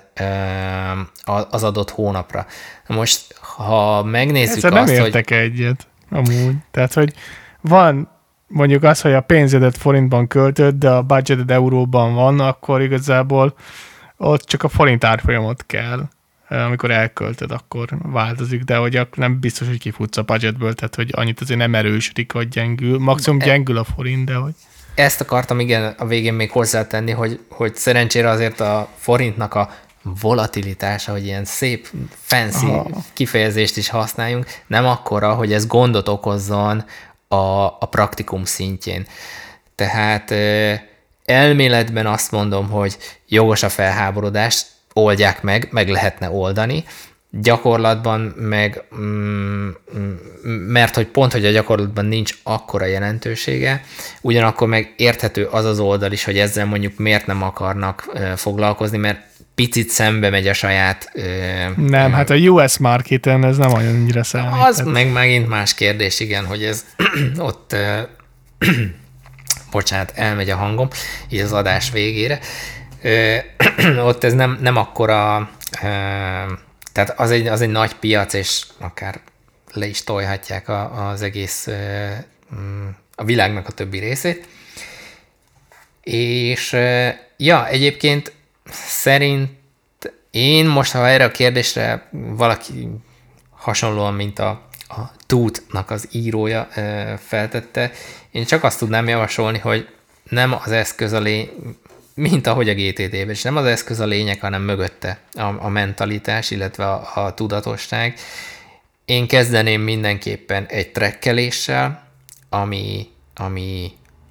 az adott hónapra. Most, ha megnézzük Egyszer azt, nem értek hogy... egyet, amúgy. Tehát, hogy van mondjuk az, hogy a pénzedet forintban költöd, de a budgeted euróban van, akkor igazából ott csak a forint árfolyamot kell. Amikor elköltöd, akkor változik, de hogy nem biztos, hogy kifutsz a budgetből, tehát hogy annyit azért nem erősödik, vagy gyengül. Maximum gyengül a forint, de hogy... Ezt akartam igen a végén még hozzátenni, hogy, hogy szerencsére azért a forintnak a volatilitása, hogy ilyen szép, fancy Aha. kifejezést is használjunk, nem akkora, hogy ez gondot okozzon a, a praktikum szintjén. Tehát elméletben azt mondom, hogy jogos a felháborodás, oldják meg, meg lehetne oldani. Gyakorlatban meg, mm, mert hogy pont, hogy a gyakorlatban nincs akkora jelentősége, ugyanakkor meg érthető az az oldal is, hogy ezzel mondjuk miért nem akarnak uh, foglalkozni, mert picit szembe megy a saját... Uh, nem, uh, hát a u es marketen ez nem olyan annyira számít. Az tehát... meg megint más kérdés, igen, hogy ez ott... Uh, bocsánat, elmegy a hangom, így az adás végére. Uh, ott ez nem, nem akkora... Uh, Tehát az egy, az egy nagy piac, és akár le is tojhatják a, az egész, a világnak a többi részét. És ja, egyébként szerint én most, ha erre a kérdésre valaki hasonlóan, mint a, a Tooth-nak az írója feltette, én csak azt tudnám javasolni, hogy nem az eszköz a lény, mint ahogy a gé té té-ben, és nem az eszköz a lényeg, hanem mögötte a, a mentalitás, illetve a, a tudatosság. Én kezdeném mindenképpen egy trekkeléssel, ami, ami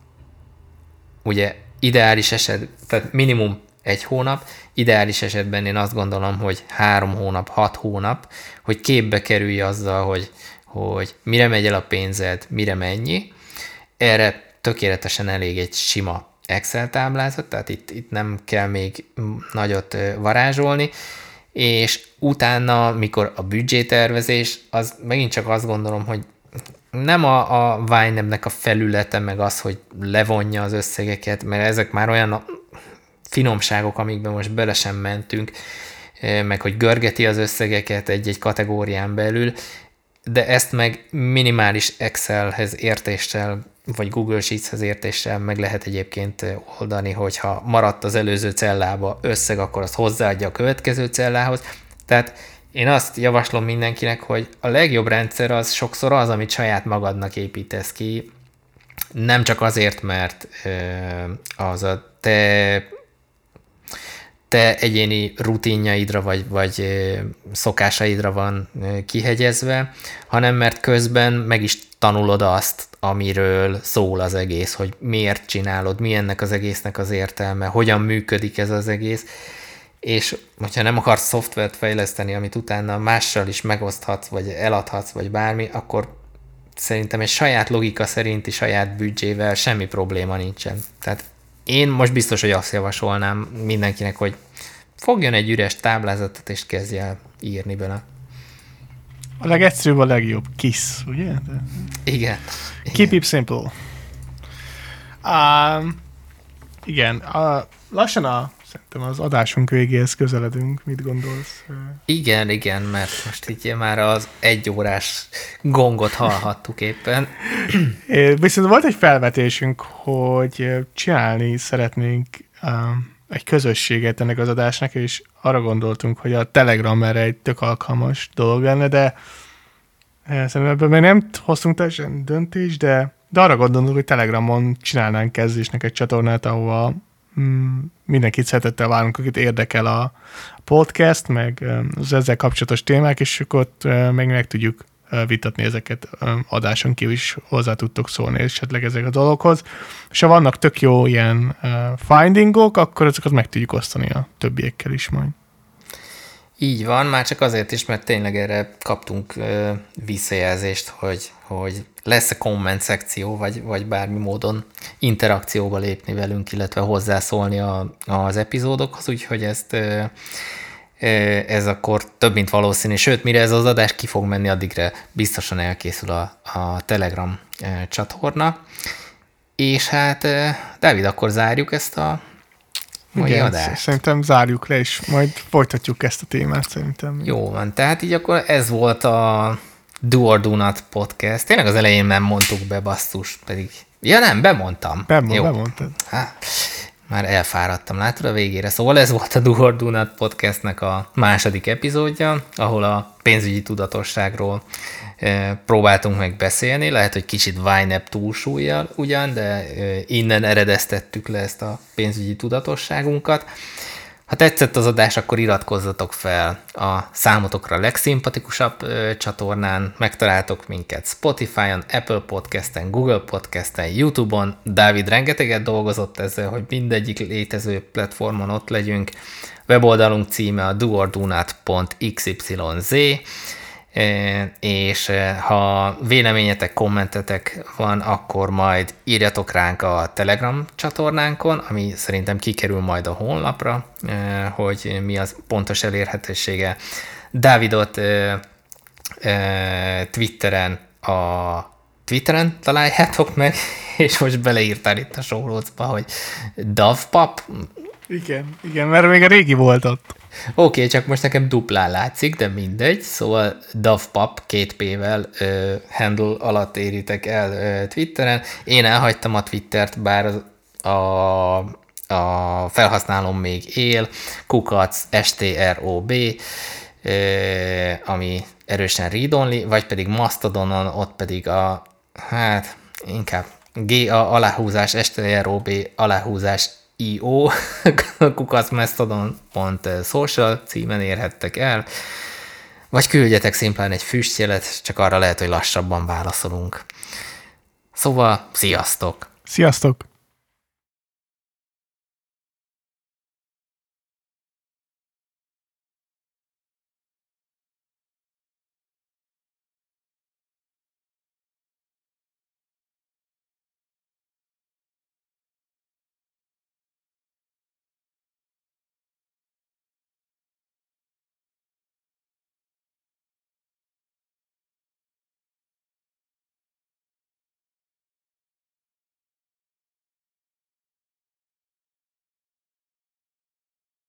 ugye ideális eset, tehát minimum egy hónap, ideális esetben én azt gondolom, hogy három hónap, hat hónap, hogy képbe kerülj azzal, hogy, hogy mire megy el a pénzed, mire mennyi. Erre tökéletesen elég egy sima Excel táblázat, tehát itt, itt nem kell még nagyot varázsolni, és utána, mikor a büdzsétervezés, az megint csak azt gondolom, hogy nem a, a Vine-nek a felülete, meg az, hogy levonja az összegeket, mert ezek már olyan finomságok, amikben most bele sem mentünk, meg hogy görgeti az összegeket egy-egy kategórián belül, de ezt meg minimális Excelhez értéssel, vagy Google Sheetshez értéssel meg lehet egyébként oldani, hogyha maradt az előző cellába összeg, akkor azt hozzáadja a következő cellához. Tehát én azt javaslom mindenkinek, hogy a legjobb rendszer az sokszor az, amit saját magadnak építesz ki, nem csak azért, mert az a te, te egyéni rutinjaidra, vagy, vagy szokásaidra van kihegyezve, hanem mert közben meg is tanulod azt, amiről szól az egész, hogy miért csinálod, mi ennek az egésznek az értelme, hogyan működik ez az egész, és hogyha nem akarsz szoftvert fejleszteni, amit utána mással is megoszthatsz, vagy eladhatsz, vagy bármi, akkor szerintem egy saját logika szerinti saját büdzsével semmi probléma nincsen. Tehát én most biztos, hogy azt javasolnám mindenkinek, hogy fogjon egy üres táblázatot, és kezdj el írni bele. A legegyszerűbb a legjobb. Kiss, ugye? Igen. Keep it simple. Um, Igen, a, lassan a, szerintem az adásunk végéhez közeledünk. Mit gondolsz? Igen, igen, mert most így már az egy órás gongot hallhattuk éppen. É, viszont volt egy felvetésünk, hogy csinálni szeretnénk um, egy közösséget ennek az adásnak, és arra gondoltunk, hogy a Telegram erre egy tök alkalmas dolog lenne, de szerintem ebben még nem hoztunk teljesen döntést, de, de arra gondolunk, hogy Telegramon csinálnánk kezdésnek egy csatornát, ahova mm, mindenkit szeretettel várunk, akit érdekel a podcast, meg az ezzel kapcsolatos témák, és akkor ott meg meg tudjuk vitatni ezeket adáson kívül is hozzá tudtok szólni esetleg ezek a dologhoz. És ha vannak tök jó ilyen findingok, akkor ezeket meg tudjuk osztani a többiekkel is majd. Így van, már csak azért is, mert tényleg erre kaptunk ö, visszajelzést, hogy, hogy lesz-e komment szekció, vagy, vagy bármi módon interakcióba lépni velünk, illetve hozzászólni a, az epizódokhoz, úgyhogy ezt ö, ö, ez akkor több, mint valószínű. Sőt, mire ez az adás ki fog menni, addigra biztosan elkészül a, a Telegram ö, csatorna. És hát, ö, Dávid, akkor zárjuk ezt a Igen, szerintem zárjuk le, és majd folytatjuk ezt a témát szerintem. Jó van, tehát így akkor ez volt a Do or Do Not podcast. Tényleg az elején nem mondtuk be, basszus, pedig... Ja nem, bemondtam. Bemond, Jó. Bemondtad. Há, már elfáradtam, látod a végére. Szóval ez volt a Do or Do Not podcastnek a második epizódja, ahol a pénzügyi tudatosságról e, próbáltunk meg beszélni. Lehet, hogy kicsit vájnebb túlsúlyjal ugyan, de e, innen eredeztettük le ezt a pénzügyi tudatosságunkat. Ha tetszett az adás, akkor iratkozzatok fel a számotokra legszimpatikusabb ö, csatornán. Megtaláltok minket Spotify-on, Apple Podcast-en, Google Podcast-en, YouTube-on. Dávid rengeteget dolgozott ezzel, hogy mindegyik létező platformon ott legyünk. Weboldalunk címe a do or do not pont x y z, és ha véleményetek, kommentetek van, akkor majd írjatok ránk a Telegram csatornánkon, ami szerintem kikerül majd a honlapra, hogy mi az pontos elérhetősége. Dávidot Twitteren a Twitteren találjátok meg, és most beleírtál itt a show notes-ba, hogy Dovpap. Igen, igen, mert még a régi volt ott. Oké, okay, csak most nekem duplán látszik, de mindegy, szóval Dovpap két P-vel uh, handle alatt éritek el uh, Twitteren. Én elhagytam a Twittert, bár a, a felhasználom még él, kukac strop, uh, ami erősen read-only, vagy pedig Mastodonon, ott pedig a, hát inkább G A aláhúzás strop aláhúzás io kukacmastodon pont social címen érhettek el, vagy küldjetek szimplán egy füstjelet, csak arra lehet, hogy lassabban válaszolunk. Szóval, sziasztok! Sziasztok!